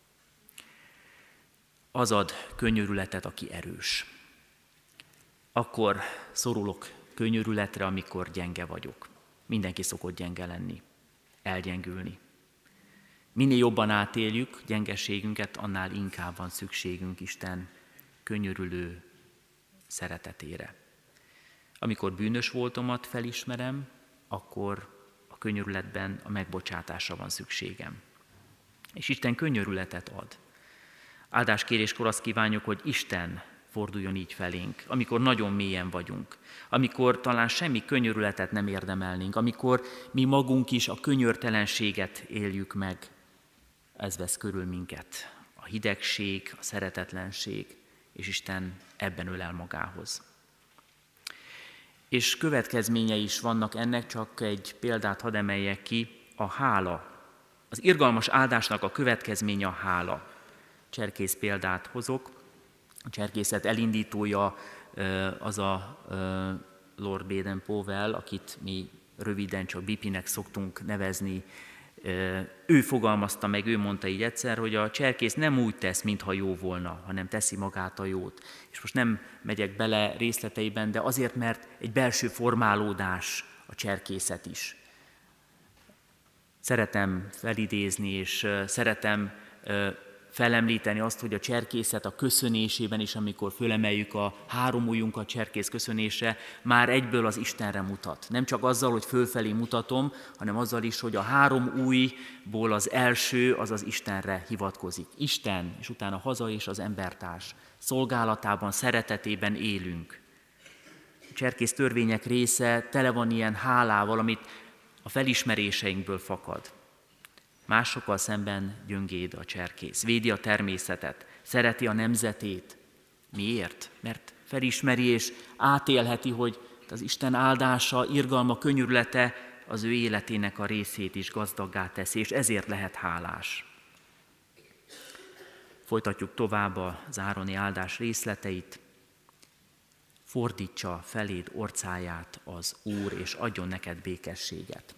Az ad könyörületet, aki erős. Akkor szorulok könyörületre, amikor gyenge vagyok. Mindenki szokott gyenge lenni, elgyengülni. Minél jobban átéljük gyengeségünket, annál inkább van szükségünk Isten könyörülő szeretetére. Amikor bűnös voltomat felismerem, akkor a könyörületben a megbocsátásra van szükségem. És Isten könyörületet ad. Áldáskéréskor azt kívánjuk, hogy Isten forduljon így felénk, amikor nagyon mélyen vagyunk, amikor talán semmi könyörületet nem érdemelnénk, amikor mi magunk is a könyörtelenséget éljük meg. Ez vesz körül minket, a hidegség, a szeretetlenség, és Isten ebben ölel magához. És következményei is vannak ennek, csak egy példát hadd emeljek ki, a hála. Az irgalmas áldásnak a következménye a hála. Cserkész példát hozok. A cserkészet elindítója az a Lord Baden-Powell, akit mi röviden csak Bipinek szoktunk nevezni. Ő fogalmazta meg, ő mondta így egyszer, hogy a cserkész nem úgy tesz, mintha jó volna, hanem teszi magát a jót. És most nem megyek bele részleteiben, de azért, mert egy belső formálódás a cserkészet is. Szeretem felidézni, és szeretem felemlíteni azt, hogy a cserkészet a köszönésében is, amikor fölemeljük a három ujjunkat cserkész köszönése, már egyből az Istenre mutat. Nem csak azzal, hogy fölfelé mutatom, hanem azzal is, hogy a három ujjból az első az az Istenre hivatkozik. Isten, és utána haza és az embertárs. Szolgálatában, szeretetében élünk. A cserkész törvények része tele van ilyen hálával, amit a felismeréseinkből fakad. Másokkal szemben gyöngéd a cserkész, védi a természetet, szereti a nemzetét. Miért? Mert felismeri és átélheti, hogy az Isten áldása, irgalma, könyörülete az ő életének a részét is gazdaggá teszi, és ezért lehet hálás. Folytatjuk tovább az ároni áldás részleteit. Fordítsa feléd orcáját az Úr, és adjon neked békességet.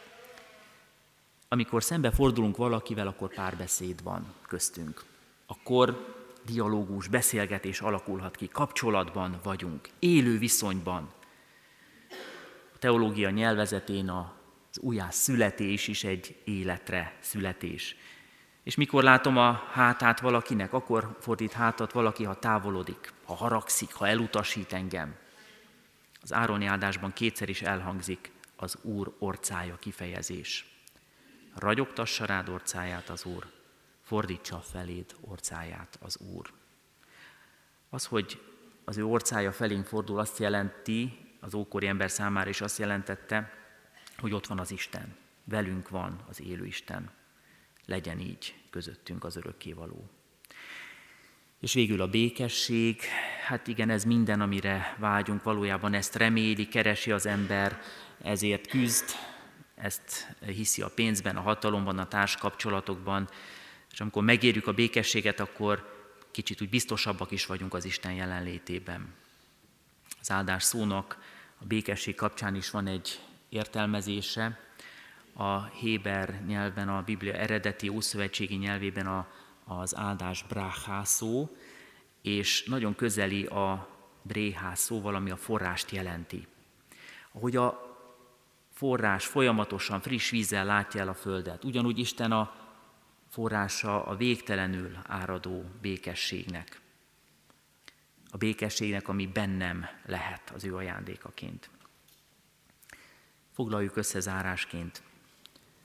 Amikor szembe fordulunk valakivel, akkor párbeszéd van köztünk. Akkor dialógus, beszélgetés alakulhat ki, kapcsolatban vagyunk, élő viszonyban. A teológia nyelvezetén az újjá születés is egy életre születés. És mikor látom a hátát valakinek, akkor fordít hátat valaki, ha távolodik, ha haragszik, ha elutasít engem. Az ároni áldásban kétszer is elhangzik az Úr orcája kifejezés. Ragyogtassa rád orcáját az Úr, fordítsa feléd orcáját az Úr. Az, hogy az ő orcája felénk fordul, azt jelenti, az ókori ember számára is azt jelentette, hogy ott van az Isten, velünk van az élő Isten. Legyen így közöttünk az örökkévaló. És végül a békesség, hát igen, ez minden, amire vágyunk, valójában ezt reméli, keresi az ember, ezért küzd, ezt hiszi a pénzben, a hatalomban, a társkapcsolatokban, és amikor megérjük a békességet, akkor kicsit úgy biztosabbak is vagyunk az Isten jelenlétében. Az áldás szónak a békesség kapcsán is van egy értelmezése. A héber nyelvben, a Biblia eredeti ószövetségi nyelvében a, az áldás bráhá szó, és nagyon közeli a bréhá szóval, ami a forrást jelenti. Ahogy a forrás folyamatosan friss vízzel látja el a földet, ugyanúgy Isten a forrása a végtelenül áradó békességnek. A békességnek, ami bennem lehet az ő ajándékaként. Foglaljuk össze zárásként.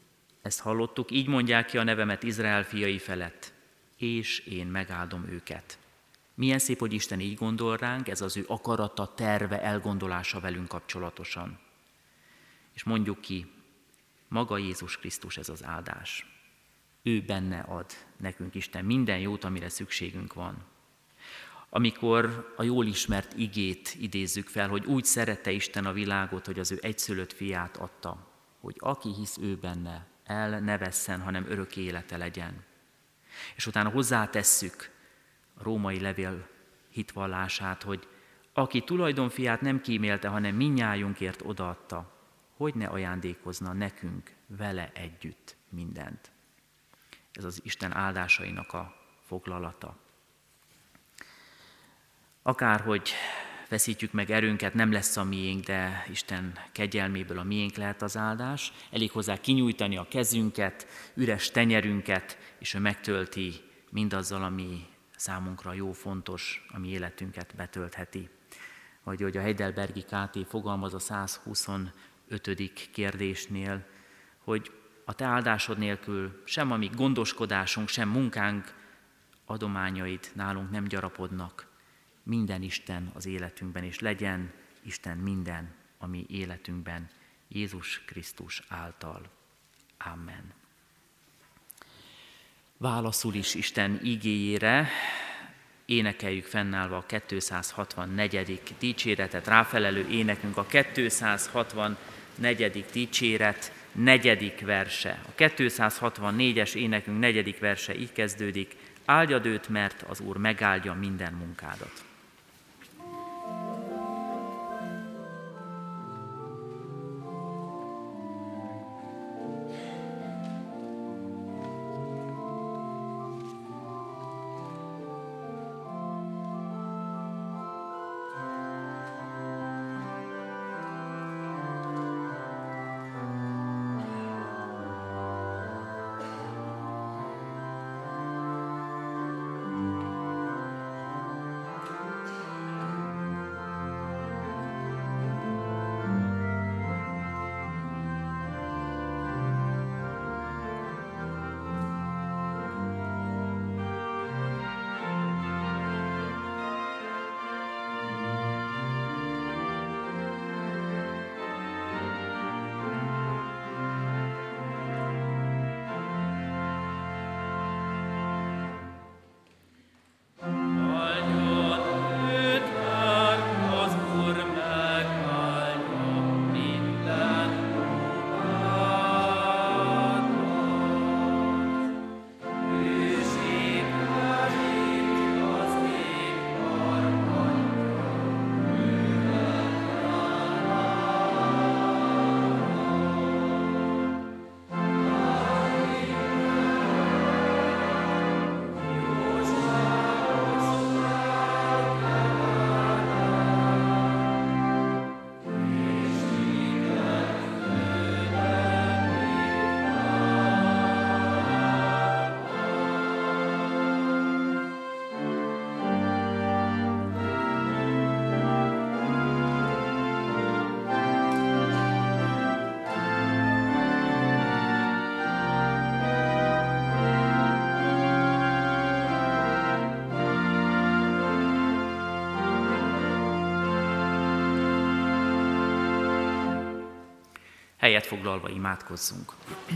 Ezt hallottuk, így mondják ki a nevemet Izrael fiai felett, és én megáldom őket. Milyen szép, hogy Isten így gondol ránk, ez az ő akarata, terve, elgondolása velünk kapcsolatosan. És mondjuk ki, maga Jézus Krisztus ez az áldás. Ő benne ad nekünk Isten minden jót, amire szükségünk van. Amikor a jól ismert igét idézzük fel, hogy úgy szerette Isten a világot, hogy az ő egyszülött fiát adta, hogy aki hisz ő benne, el ne vesszen, hanem örök élete legyen. És utána hozzátesszük a római levél hitvallását, hogy aki tulajdonfiát nem kímélte, hanem mindnyájunkért odaadta, hogy ne ajándékozna nekünk vele együtt mindent. Ez az Isten áldásainak a foglalata. Akárhogy veszítjük meg erőnket, nem lesz a miénk, de Isten kegyelméből a miénk lehet az áldás. Elég hozzá kinyújtani a kezünket, üres tenyerünket, és ő megtölti mindazzal, ami számunkra jó, fontos, ami életünket betöltheti. Vagy hogy a Heidelbergi ká té fogalmaz a száz huszonötödik kérdésnél, hogy a te áldásod nélkül sem a mi gondoskodásunk, sem munkánk adományaid nálunk nem gyarapodnak. Minden Isten az életünkben, és legyen Isten minden a mi életünkben, Jézus Krisztus által. Amen. Válaszul is Isten igéjére énekeljük fennállva a kétszázhatvannegyedik dicséretet, ráfelelő énekünk a kétszázhatvannegyedik dicséret negyedik verse. A kétszázhatvannégyes énekünk negyedik verse így kezdődik: áldjad őt, mert az Úr megáldja minden munkádat. Helyet foglalva imádkozzunk.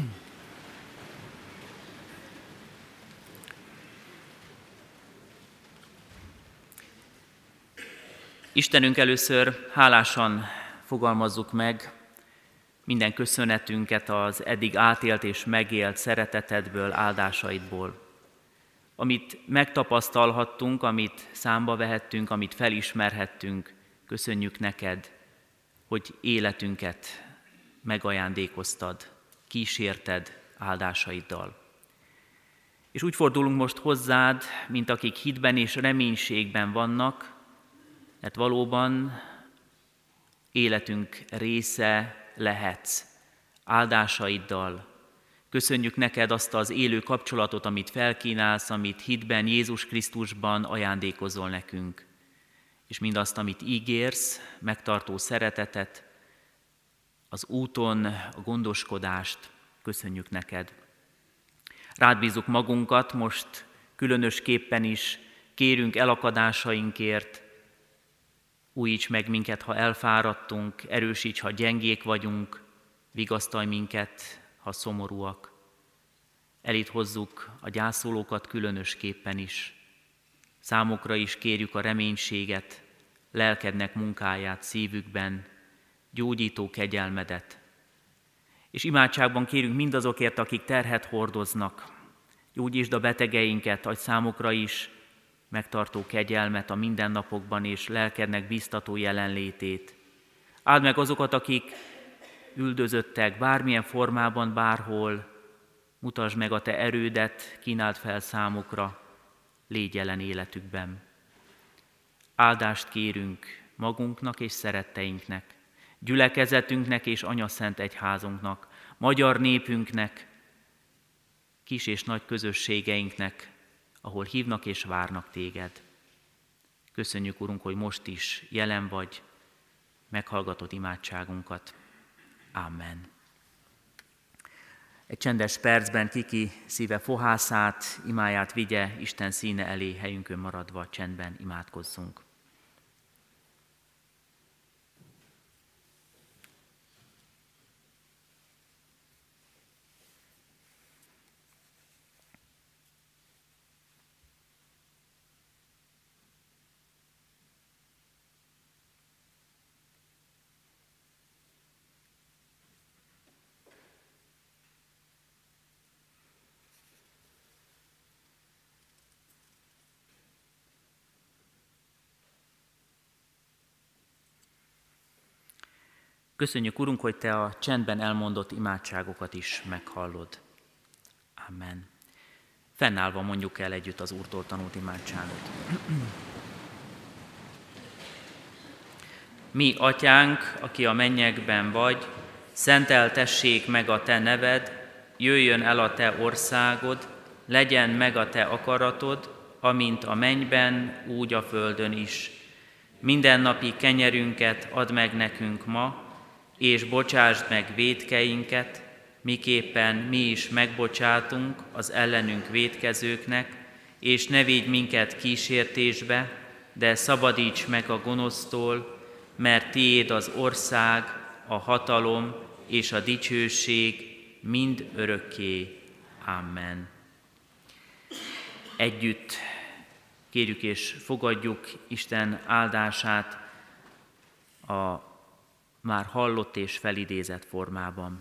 Istenünk, először hálásan fogalmazzuk meg minden köszönetünket az eddig átélt és megélt szeretetedből, áldásaidból. Amit megtapasztalhattunk, amit számba vehettünk, amit felismerhettünk, köszönjük neked, hogy életünket megajándékoztad, kísérted áldásaiddal. És úgy fordulunk most hozzád, mint akik hitben és reménységben vannak, mert valóban életünk része lehetsz áldásaiddal. Köszönjük neked azt az élő kapcsolatot, amit felkínálsz, amit hitben, Jézus Krisztusban ajándékozol nekünk, és mindazt, amit ígérsz, megtartó szeretetet, az úton a gondoskodást, köszönjük neked. Rád bízzuk magunkat, most különösképpen is kérünk elakadásainkért, újíts meg minket, ha elfáradtunk, erősíts, ha gyengék vagyunk, vigasztalj minket, ha szomorúak. Eléd hozzuk a gyászolókat különösképpen is. Számukra is kérjük a reménységet, lelkednek munkáját szívükben, gyógyító kegyelmedet. És imádságban kérünk mindazokért, akik terhet hordoznak. Gyógyítsd a betegeinket, adj számukra is megtartó kegyelmet a mindennapokban, és lelkednek biztató jelenlétét. Áld meg azokat, akik üldözöttek bármilyen formában, bárhol. Mutasd meg a te erődet, kínáld fel számukra, légy jelen életükben. Áldást kérünk magunknak és szeretteinknek, gyülekezetünknek és anyaszent egyházunknak, magyar népünknek, kis és nagy közösségeinknek, ahol hívnak és várnak téged. Köszönjük, Urunk, hogy most is jelen vagy, meghallgatod imádságunkat. Amen. Egy csendes percben kiki szíve fohászát, imáját vigye Isten színe elé, helyünkön maradva csendben imádkozzunk. Köszönjük, Urunk, hogy Te a csendben elmondott imádságokat is meghallod. Amen. Fennállva mondjuk el együtt az Úrtól tanult imádságot. Mi, Atyánk, aki a mennyekben vagy, szenteltessék meg a Te neved, jöjjön el a Te országod, legyen meg a Te akaratod, amint a mennyben, úgy a földön is. Mindennapi kenyerünket add meg nekünk ma, és bocsásd meg vétkeinket, miképpen mi is megbocsátunk az ellenünk vétkezőknek, és ne védj minket kísértésbe, de szabadíts meg a gonosztól, mert tiéd az ország, a hatalom és a dicsőség mind örökké. Amen. Együtt kérjük és fogadjuk Isten áldását a már hallott és felidézett formában.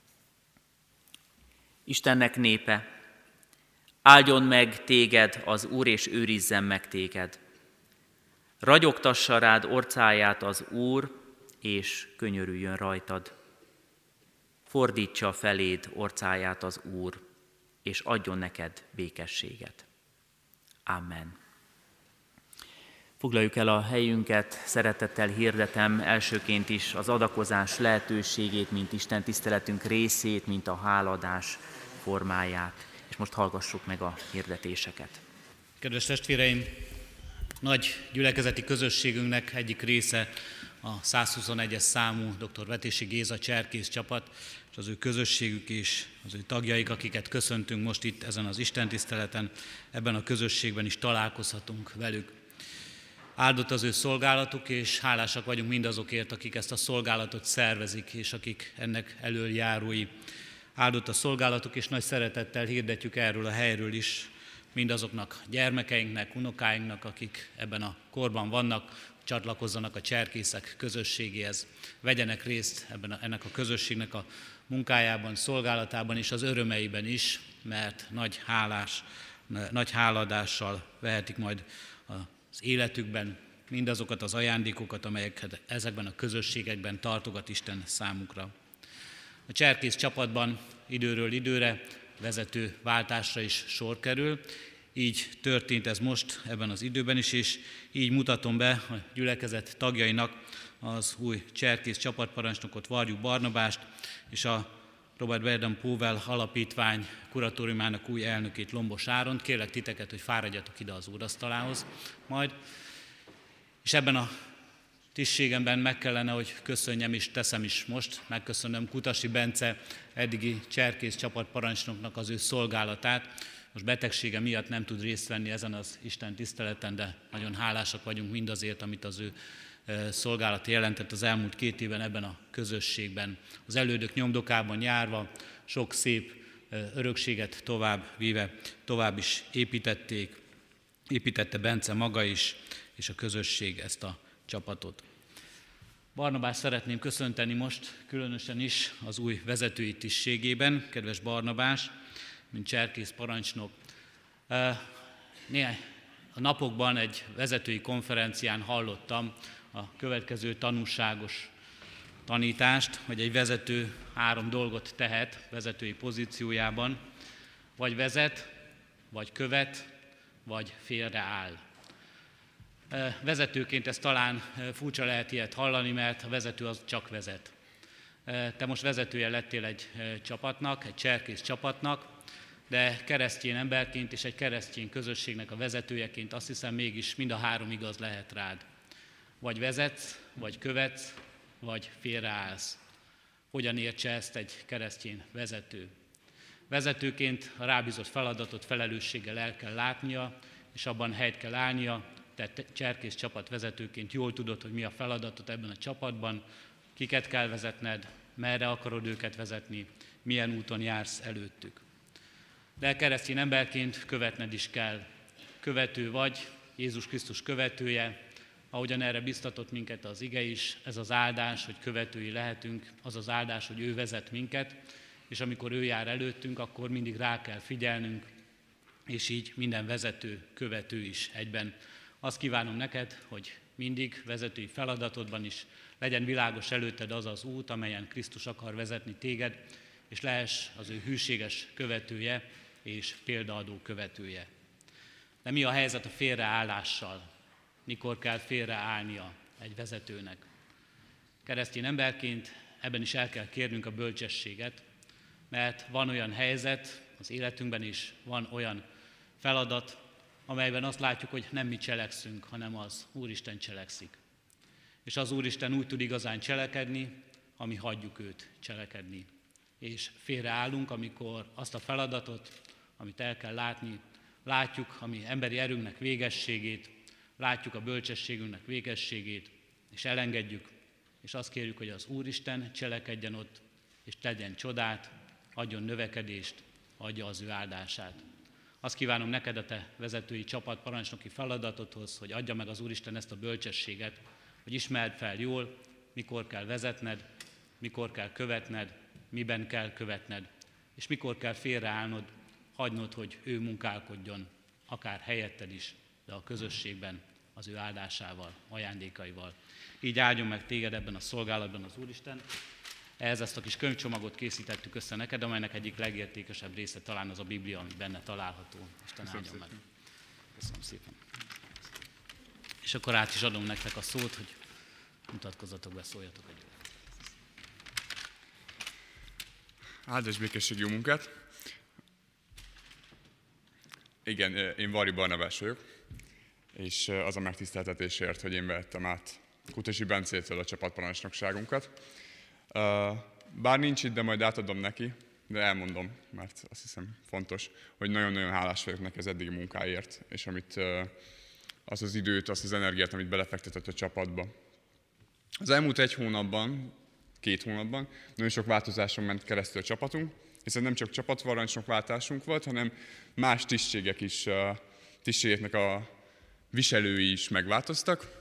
Istennek népe, áldjon meg téged az Úr, és őrizzen meg téged. Ragyogtassa rád orcáját az Úr, és könyörüljön rajtad. Fordítsa feléd orcáját az Úr, és adjon neked békességet. Amen. Foglaljuk el a helyünket, szeretettel hirdetem elsőként is az adakozás lehetőségét, mint Isten tiszteletünk részét, mint a háladás formáját. És most hallgassuk meg a hirdetéseket. Kedves testvéreim, nagy gyülekezeti közösségünknek egyik része a százhuszonegyes számú dr. Vetési Géza cserkész csapat, és az ő közösségük és az ő tagjaik, akiket köszöntünk most itt ezen az istentiszteleten, ebben a közösségben is találkozhatunk velük. Áldott az ő szolgálatuk, és hálásak vagyunk mindazokért, akik ezt a szolgálatot szervezik, és akik ennek elöljárói. Áldott a szolgálatuk, és nagy szeretettel hirdetjük erről a helyről is mindazoknak gyermekeinknek, unokáinknak, akik ebben a korban vannak, csatlakozzanak a cserkészek közösségéhez, vegyenek részt ebben a, ennek a közösségnek a munkájában, szolgálatában és az örömeiben is, mert nagy hálás, nagy háladással vehetik majd az életükben mindazokat az ajándékokat, amelyeket ezekben a közösségekben tartogat Isten számukra. A cserkész csapatban időről időre vezető váltásra is sor kerül, így történt ez most ebben az időben is, és így mutatom be a gyülekezet tagjainak az új cserkész csapatparancsnokot, Varjú Barnabást, és a Robert Baden Powell alapítvány kuratóriumának új elnökét, Lombos Áront. Kérlek titeket, hogy fáradjatok ide az úrasztalához majd. És ebben a tisztségemben meg kellene, hogy köszönjem, és teszem is most. Megköszönöm Kutasi Bence eddigi cserkész csapatparancsnoknak az ő szolgálatát. Most betegsége miatt nem tud részt venni ezen az Isten tiszteleten, de nagyon hálásak vagyunk mindazért, amit az ő szolgálata jelentett az elmúlt két évben ebben a közösségben. Az elődök nyomdokában járva, sok szép örökséget tovább víve, tovább is építették, építette Bence maga is, és a közösség ezt a csapatot. Barnabást szeretném köszönteni most, különösen is az új vezetői tisztségében. Kedves Barnabás, mint cserkész parancsnok. Néhány a napokban egy vezetői konferencián hallottam a következő tanúságos tanítást, hogy egy vezető három dolgot tehet vezetői pozíciójában, vagy vezet, vagy követ, vagy félreáll. Vezetőként ez talán furcsa lehet ilyet hallani, mert a vezető az csak vezet. Te most vezetője lettél egy csapatnak, egy cserkész csapatnak, de keresztény emberként és egy keresztény közösségnek a vezetőjeként azt hiszem mégis mind a három igaz lehet rád. Vagy vezetsz, vagy követsz, vagy félreállsz. Hogyan értse ezt egy keresztény vezető? Vezetőként a rábízott feladatot felelősséggel el kell látnia, és abban helyt kell állnia. Te cserkész csapat vezetőként jól tudod, hogy mi a feladatot ebben a csapatban, kiket kell vezetned, merre akarod őket vezetni, milyen úton jársz előttük. De keresztény emberként követned is kell. Követő vagy, Jézus Krisztus követője, ahogyan erre biztatott minket az ige is, ez az áldás, hogy követői lehetünk, az az áldás, hogy ő vezet minket, és amikor ő jár előttünk, akkor mindig rá kell figyelnünk, és így minden vezető, követő is egyben. Azt kívánom neked, hogy mindig vezetői feladatodban is legyen világos előtted az az út, amelyen Krisztus akar vezetni téged, és lehess az ő hűséges követője és példaadó követője. De mi a helyzet a félreállással? Mikor kell félreállnia egy vezetőnek? Keresztény emberként ebben is el kell kérnünk a bölcsességet, mert van olyan helyzet az életünkben is, van olyan feladat, amelyben azt látjuk, hogy nem mi cselekszünk, hanem az Úristen cselekszik. És az Úristen úgy tud igazán cselekedni, ami hagyjuk őt cselekedni. És félreállunk, amikor azt a feladatot, amit el kell látni, látjuk, ami emberi erőnknek végességét, látjuk a bölcsességünknek végességét, és elengedjük, és azt kérjük, hogy az Úristen cselekedjen ott, és tegyen csodát, adjon növekedést, adja az ő áldását. Azt kívánom neked a te vezetői csapat parancsnoki feladatodhoz, hogy adja meg az Úristen ezt a bölcsességet, hogy ismerd fel jól, mikor kell vezetned, mikor kell követned, miben kell követned, és mikor kell félreállnod, hagynod, hogy ő munkálkodjon, akár helyetted is, de a közösségben az ő áldásával, ajándékaival. Így áldjon meg téged ebben a szolgálatban az Úristen. Ehhez ezt a kis könyvcsomagot készítettük össze neked, amelynek egyik legértékesebb része talán az a Biblia, ami benne található. Isten áldjon meg. Köszönöm szépen. És akkor át is adom nektek a szót, hogy mutatkozzatok be, szóljatok együtt. Áldás békesség, jó munkát! Igen, én Varri Barnabás vagyok, és az a megtiszteltetésért, hogy én vehettem át Kutasi Bencétől a csapatparancsnokságunkat. Bár nincs itt, de majd átadom neki, de elmondom, mert azt hiszem fontos, hogy nagyon-nagyon hálás vagyok neki az eddigi munkáért, és amit, az az időt, azt az energiát, amit belefektetett a csapatba. Az elmúlt egy hónapban, két hónapban nagyon sok változáson ment keresztül a csapatunk, hiszen nem csak csapatparancsnokváltásunk volt, hanem más tisztségek is, tisztségeknek a viselői is megváltoztak.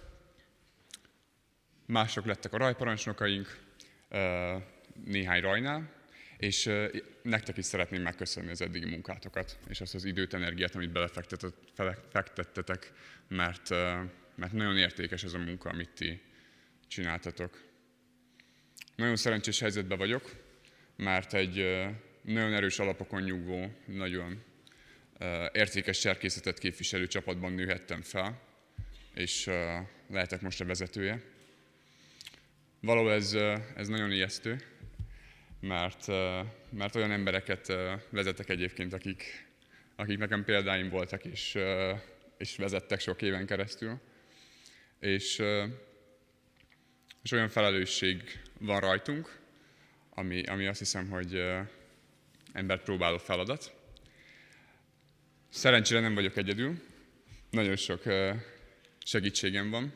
Mások lettek a rajparancsnokaink, néhány rajnál, és nektek is szeretném megköszönni az eddigi munkátokat, és azt az időt, energiát, amit belefektettetek, mert, mert nagyon értékes ez a munka, amit ti csináltatok. Nagyon szerencsés helyzetben vagyok, mert egy nagyon erős alapokon nyugvó, nagyon értékes cserkészetet képviselő csapatban nőhettem fel, és lehetek most a vezetője. Valahol ez, ez nagyon ijesztő, mert, mert olyan embereket vezetek egyébként, akik, akik nekem példáim voltak, és, és vezettek sok éven keresztül. És és olyan felelősség van rajtunk, ami, ami azt hiszem, hogy embert próbáló feladat. Szerencsére nem vagyok egyedül, nagyon sok segítségem van.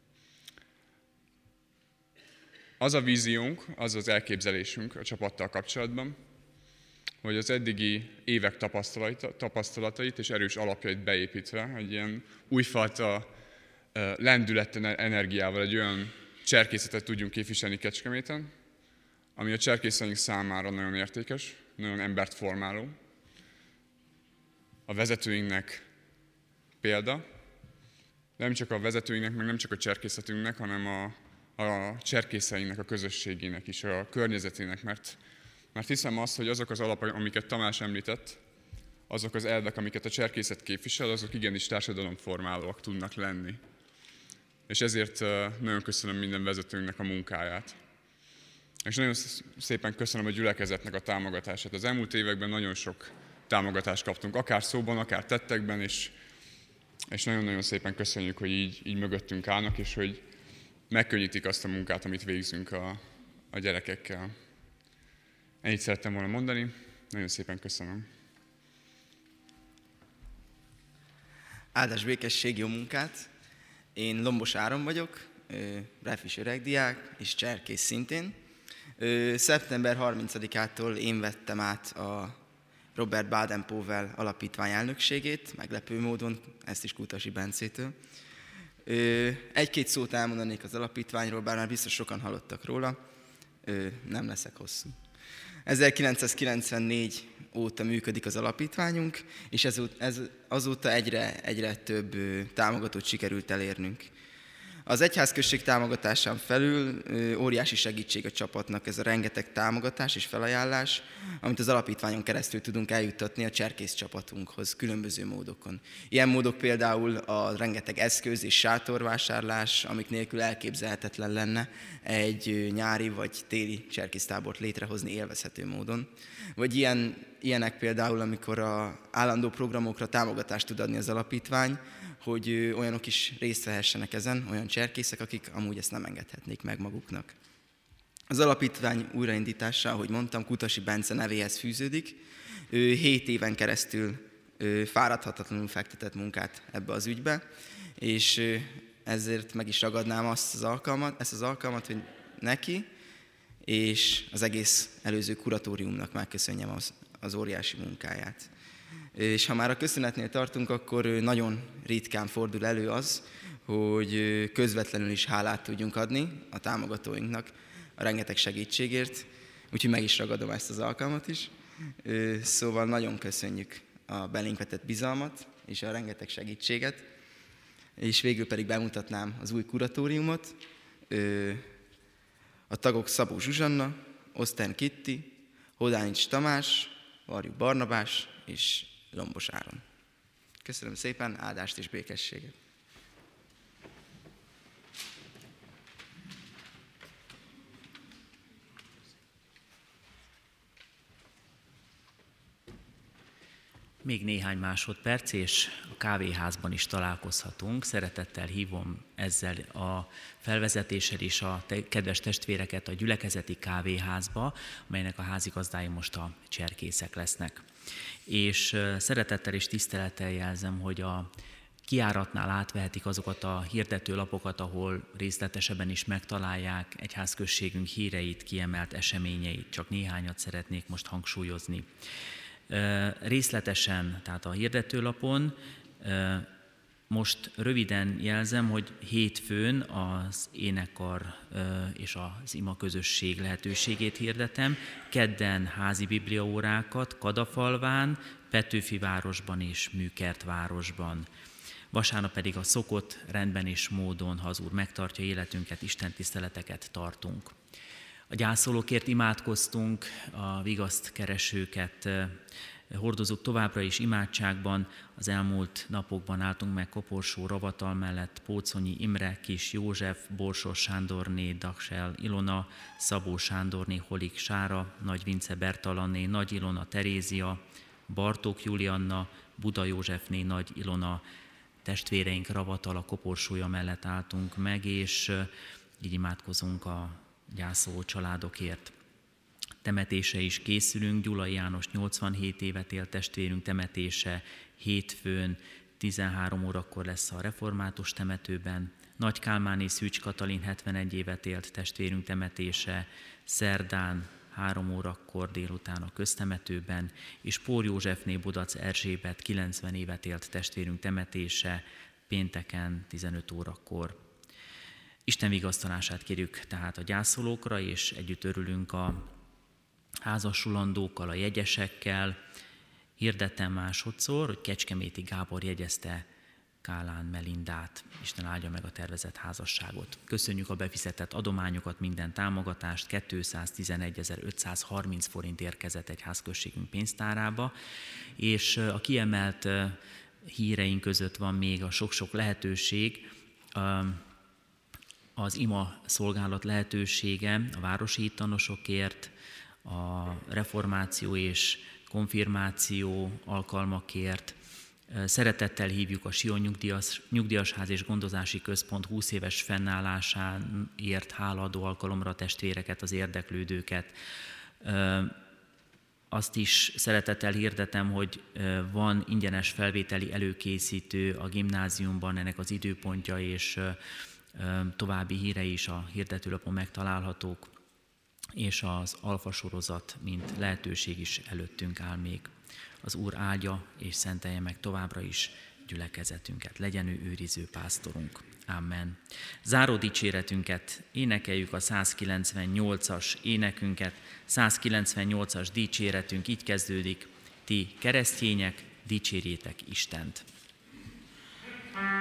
Az a víziónk, az az elképzelésünk a csapattal kapcsolatban, hogy az eddigi évek tapasztalatait és erős alapjait beépítve egy ilyen újfajta lendülettel, energiával egy olyan cserkészetet tudjunk képviselni Kecskeméten, ami a cserkészeink számára nagyon értékes, nagyon embert formáló. A vezetőinknek példa, de nem csak a vezetőinknek, meg nem csak a cserkészetünknek, hanem a, a cserkészeinknek, a közösségének is, a környezetének, mert, mert hiszem azt, hogy azok az alapok, amiket Tamás említett, azok az elvek, amiket a cserkészet képvisel, azok igenis társadalomformálóak tudnak lenni. És ezért nagyon köszönöm minden vezetőnknek a munkáját. És nagyon szépen köszönöm a gyülekezetnek a támogatását. Az elmúlt években nagyon sok támogatást kaptunk, akár szóban, akár tettekben, és, és nagyon-nagyon szépen köszönjük, hogy így, így mögöttünk állnak, és hogy megkönnyítik azt a munkát, amit végzünk a, a gyerekekkel. Ennyit szerettem volna mondani, nagyon szépen köszönöm. Áldás békesség, jó munkát! Én Lombos Áron vagyok, refis öregdiák és cserkész szintén. szeptember harmincadikától én vettem át a Robert Baden-Powell alapítvány elnökségét, meglepő módon, ezt is Kutasi Bencétől. Egy-két szót elmondanék az alapítványról, bár már biztos sokan hallottak róla, nem leszek hosszú. ezerkilencszázkilencvennégy óta működik az alapítványunk, és ez, ez azóta egyre, egyre több támogatót sikerült elérnünk. Az egyházközség támogatásán felül óriási segítség a csapatnak ez a rengeteg támogatás és felajánlás, amit az alapítványon keresztül tudunk eljuttatni a cserkész csapatunkhoz különböző módokon. Ilyen módok például a rengeteg eszköz és sátorvásárlás, amik nélkül elképzelhetetlen lenne egy nyári vagy téli cserkésztábort létrehozni élvezhető módon. Vagy ilyen, ilyenek például, amikor az állandó programokra támogatást tud adni az alapítvány, hogy olyanok is részt vehessenek ezen, olyan cserkészek, akik amúgy ezt nem engedhetnék meg maguknak. Az alapítvány újraindítása, ahogy mondtam, Kutasi Bence nevéhez fűződik. Ő hét éven keresztül fáradhatatlanul fektetett munkát ebbe az ügybe, és ezért meg is ragadnám azt az alkalmat, ezt az alkalmat, hogy neki és az egész előző kuratóriumnak megköszönjem az, az óriási munkáját. És ha már a köszönetnél tartunk, akkor nagyon ritkán fordul elő az, hogy közvetlenül is hálát tudjunk adni a támogatóinknak a rengeteg segítségért, úgyhogy meg is ragadom ezt az alkalmat is. Szóval nagyon köszönjük a belénk vetett bizalmat és a rengeteg segítséget, és végül pedig bemutatnám az új kuratóriumot. A tagok Szabó Zsuzsanna, Osztern Kitti, Hodánics Tamás, Varjú Barnabás és Lombos Áron. Köszönöm szépen, áldást és békességet! Még néhány másodperc, és a kávéházban is találkozhatunk. Szeretettel hívom ezzel a felvezetéssel is a te- kedves testvéreket a gyülekezeti kávéházba, amelynek a házigazdái most a cserkészek lesznek. És szeretettel és tisztelettel jelzem, hogy a kijáratnál átvehetik azokat a hirdetőlapokat, ahol részletesebben is megtalálják egyházközségünk híreit, kiemelt eseményeit. Csak néhányat szeretnék most hangsúlyozni. Részletesen, tehát a hirdetőlapon most röviden jelzem, hogy hétfőn az énekkar és az ima közösség lehetőségét hirdetem, kedden házi bibliaórákat Kadafalván, Petőfivárosban és Műkertvárosban. Vasárnap pedig a szokott rendben és módon, ha az Úr megtartja életünket, istentiszteleteket tartunk. A gyászolókért imádkoztunk, a vigaszt keresőket hordozunk továbbra is imádságban. Az elmúlt napokban álltunk meg Koporsó Ravatal mellett Póconyi Imre, Kis József, Borsos Sándorné, Daksel Ilona, Szabó Sándorné, Holik Sára, Nagy Vince Bertalanné, Nagy Ilona Terézia, Bartók Julianna, Buda Józsefné, Nagy Ilona, testvéreink Ravatal a Koporsója mellett álltunk meg, és így imádkozunk a gyászoló családokért. Temetése is készülünk, Gyulai János nyolcvanhét évet élt testvérünk temetése hétfőn, tizenhárom órakor lesz a református temetőben. Nagy Kálmáné Szűcs Katalin hetvenegy évet élt testvérünk temetése szerdán, három órakor délután a köztemetőben, és Pór Józsefné Bodac Erzsébet kilencven évet élt testvérünk temetése pénteken tizenöt órakor. Isten vigasztalását kérjük tehát a gyászolókra, és együtt örülünk a házasulandókkal, a jegyesekkel. Hirdettem másodszor, hogy Kecskeméti Gábor jegyezte Kálán Melindát. Isten áldja meg a tervezett házasságot. Köszönjük a befizetett adományokat, minden támogatást. kétszáztizenegyezer-ötszázharminc forint érkezett egy házközségünk pénztárába, és a kiemelt híreink között van még a sok-sok lehetőség, az ima szolgálat lehetősége a városi hittanosokért, a reformáció és konfirmáció alkalmakért. Szeretettel hívjuk a Sion Nyugdíjas, Nyugdíjasház és Gondozási Központ húsz éves fennállásáért hálaadó alkalomra a testvéreket, az érdeklődőket. Azt is szeretettel hirdetem, hogy van ingyenes felvételi előkészítő a gimnáziumban, ennek az időpontja és további hírei is a hirdetőlapon megtalálhatók, és az alfa sorozat, mint lehetőség is előttünk áll még. Az Úr áldja és szentelje meg továbbra is gyülekezetünket. Legyen ő őriző pásztorunk. Amen. Záró dicséretünket énekeljük, a százkilencvennyolcas énekünket. százkilencvennyolcas dicséretünk így kezdődik: ti keresztények, dicsérjétek Istent.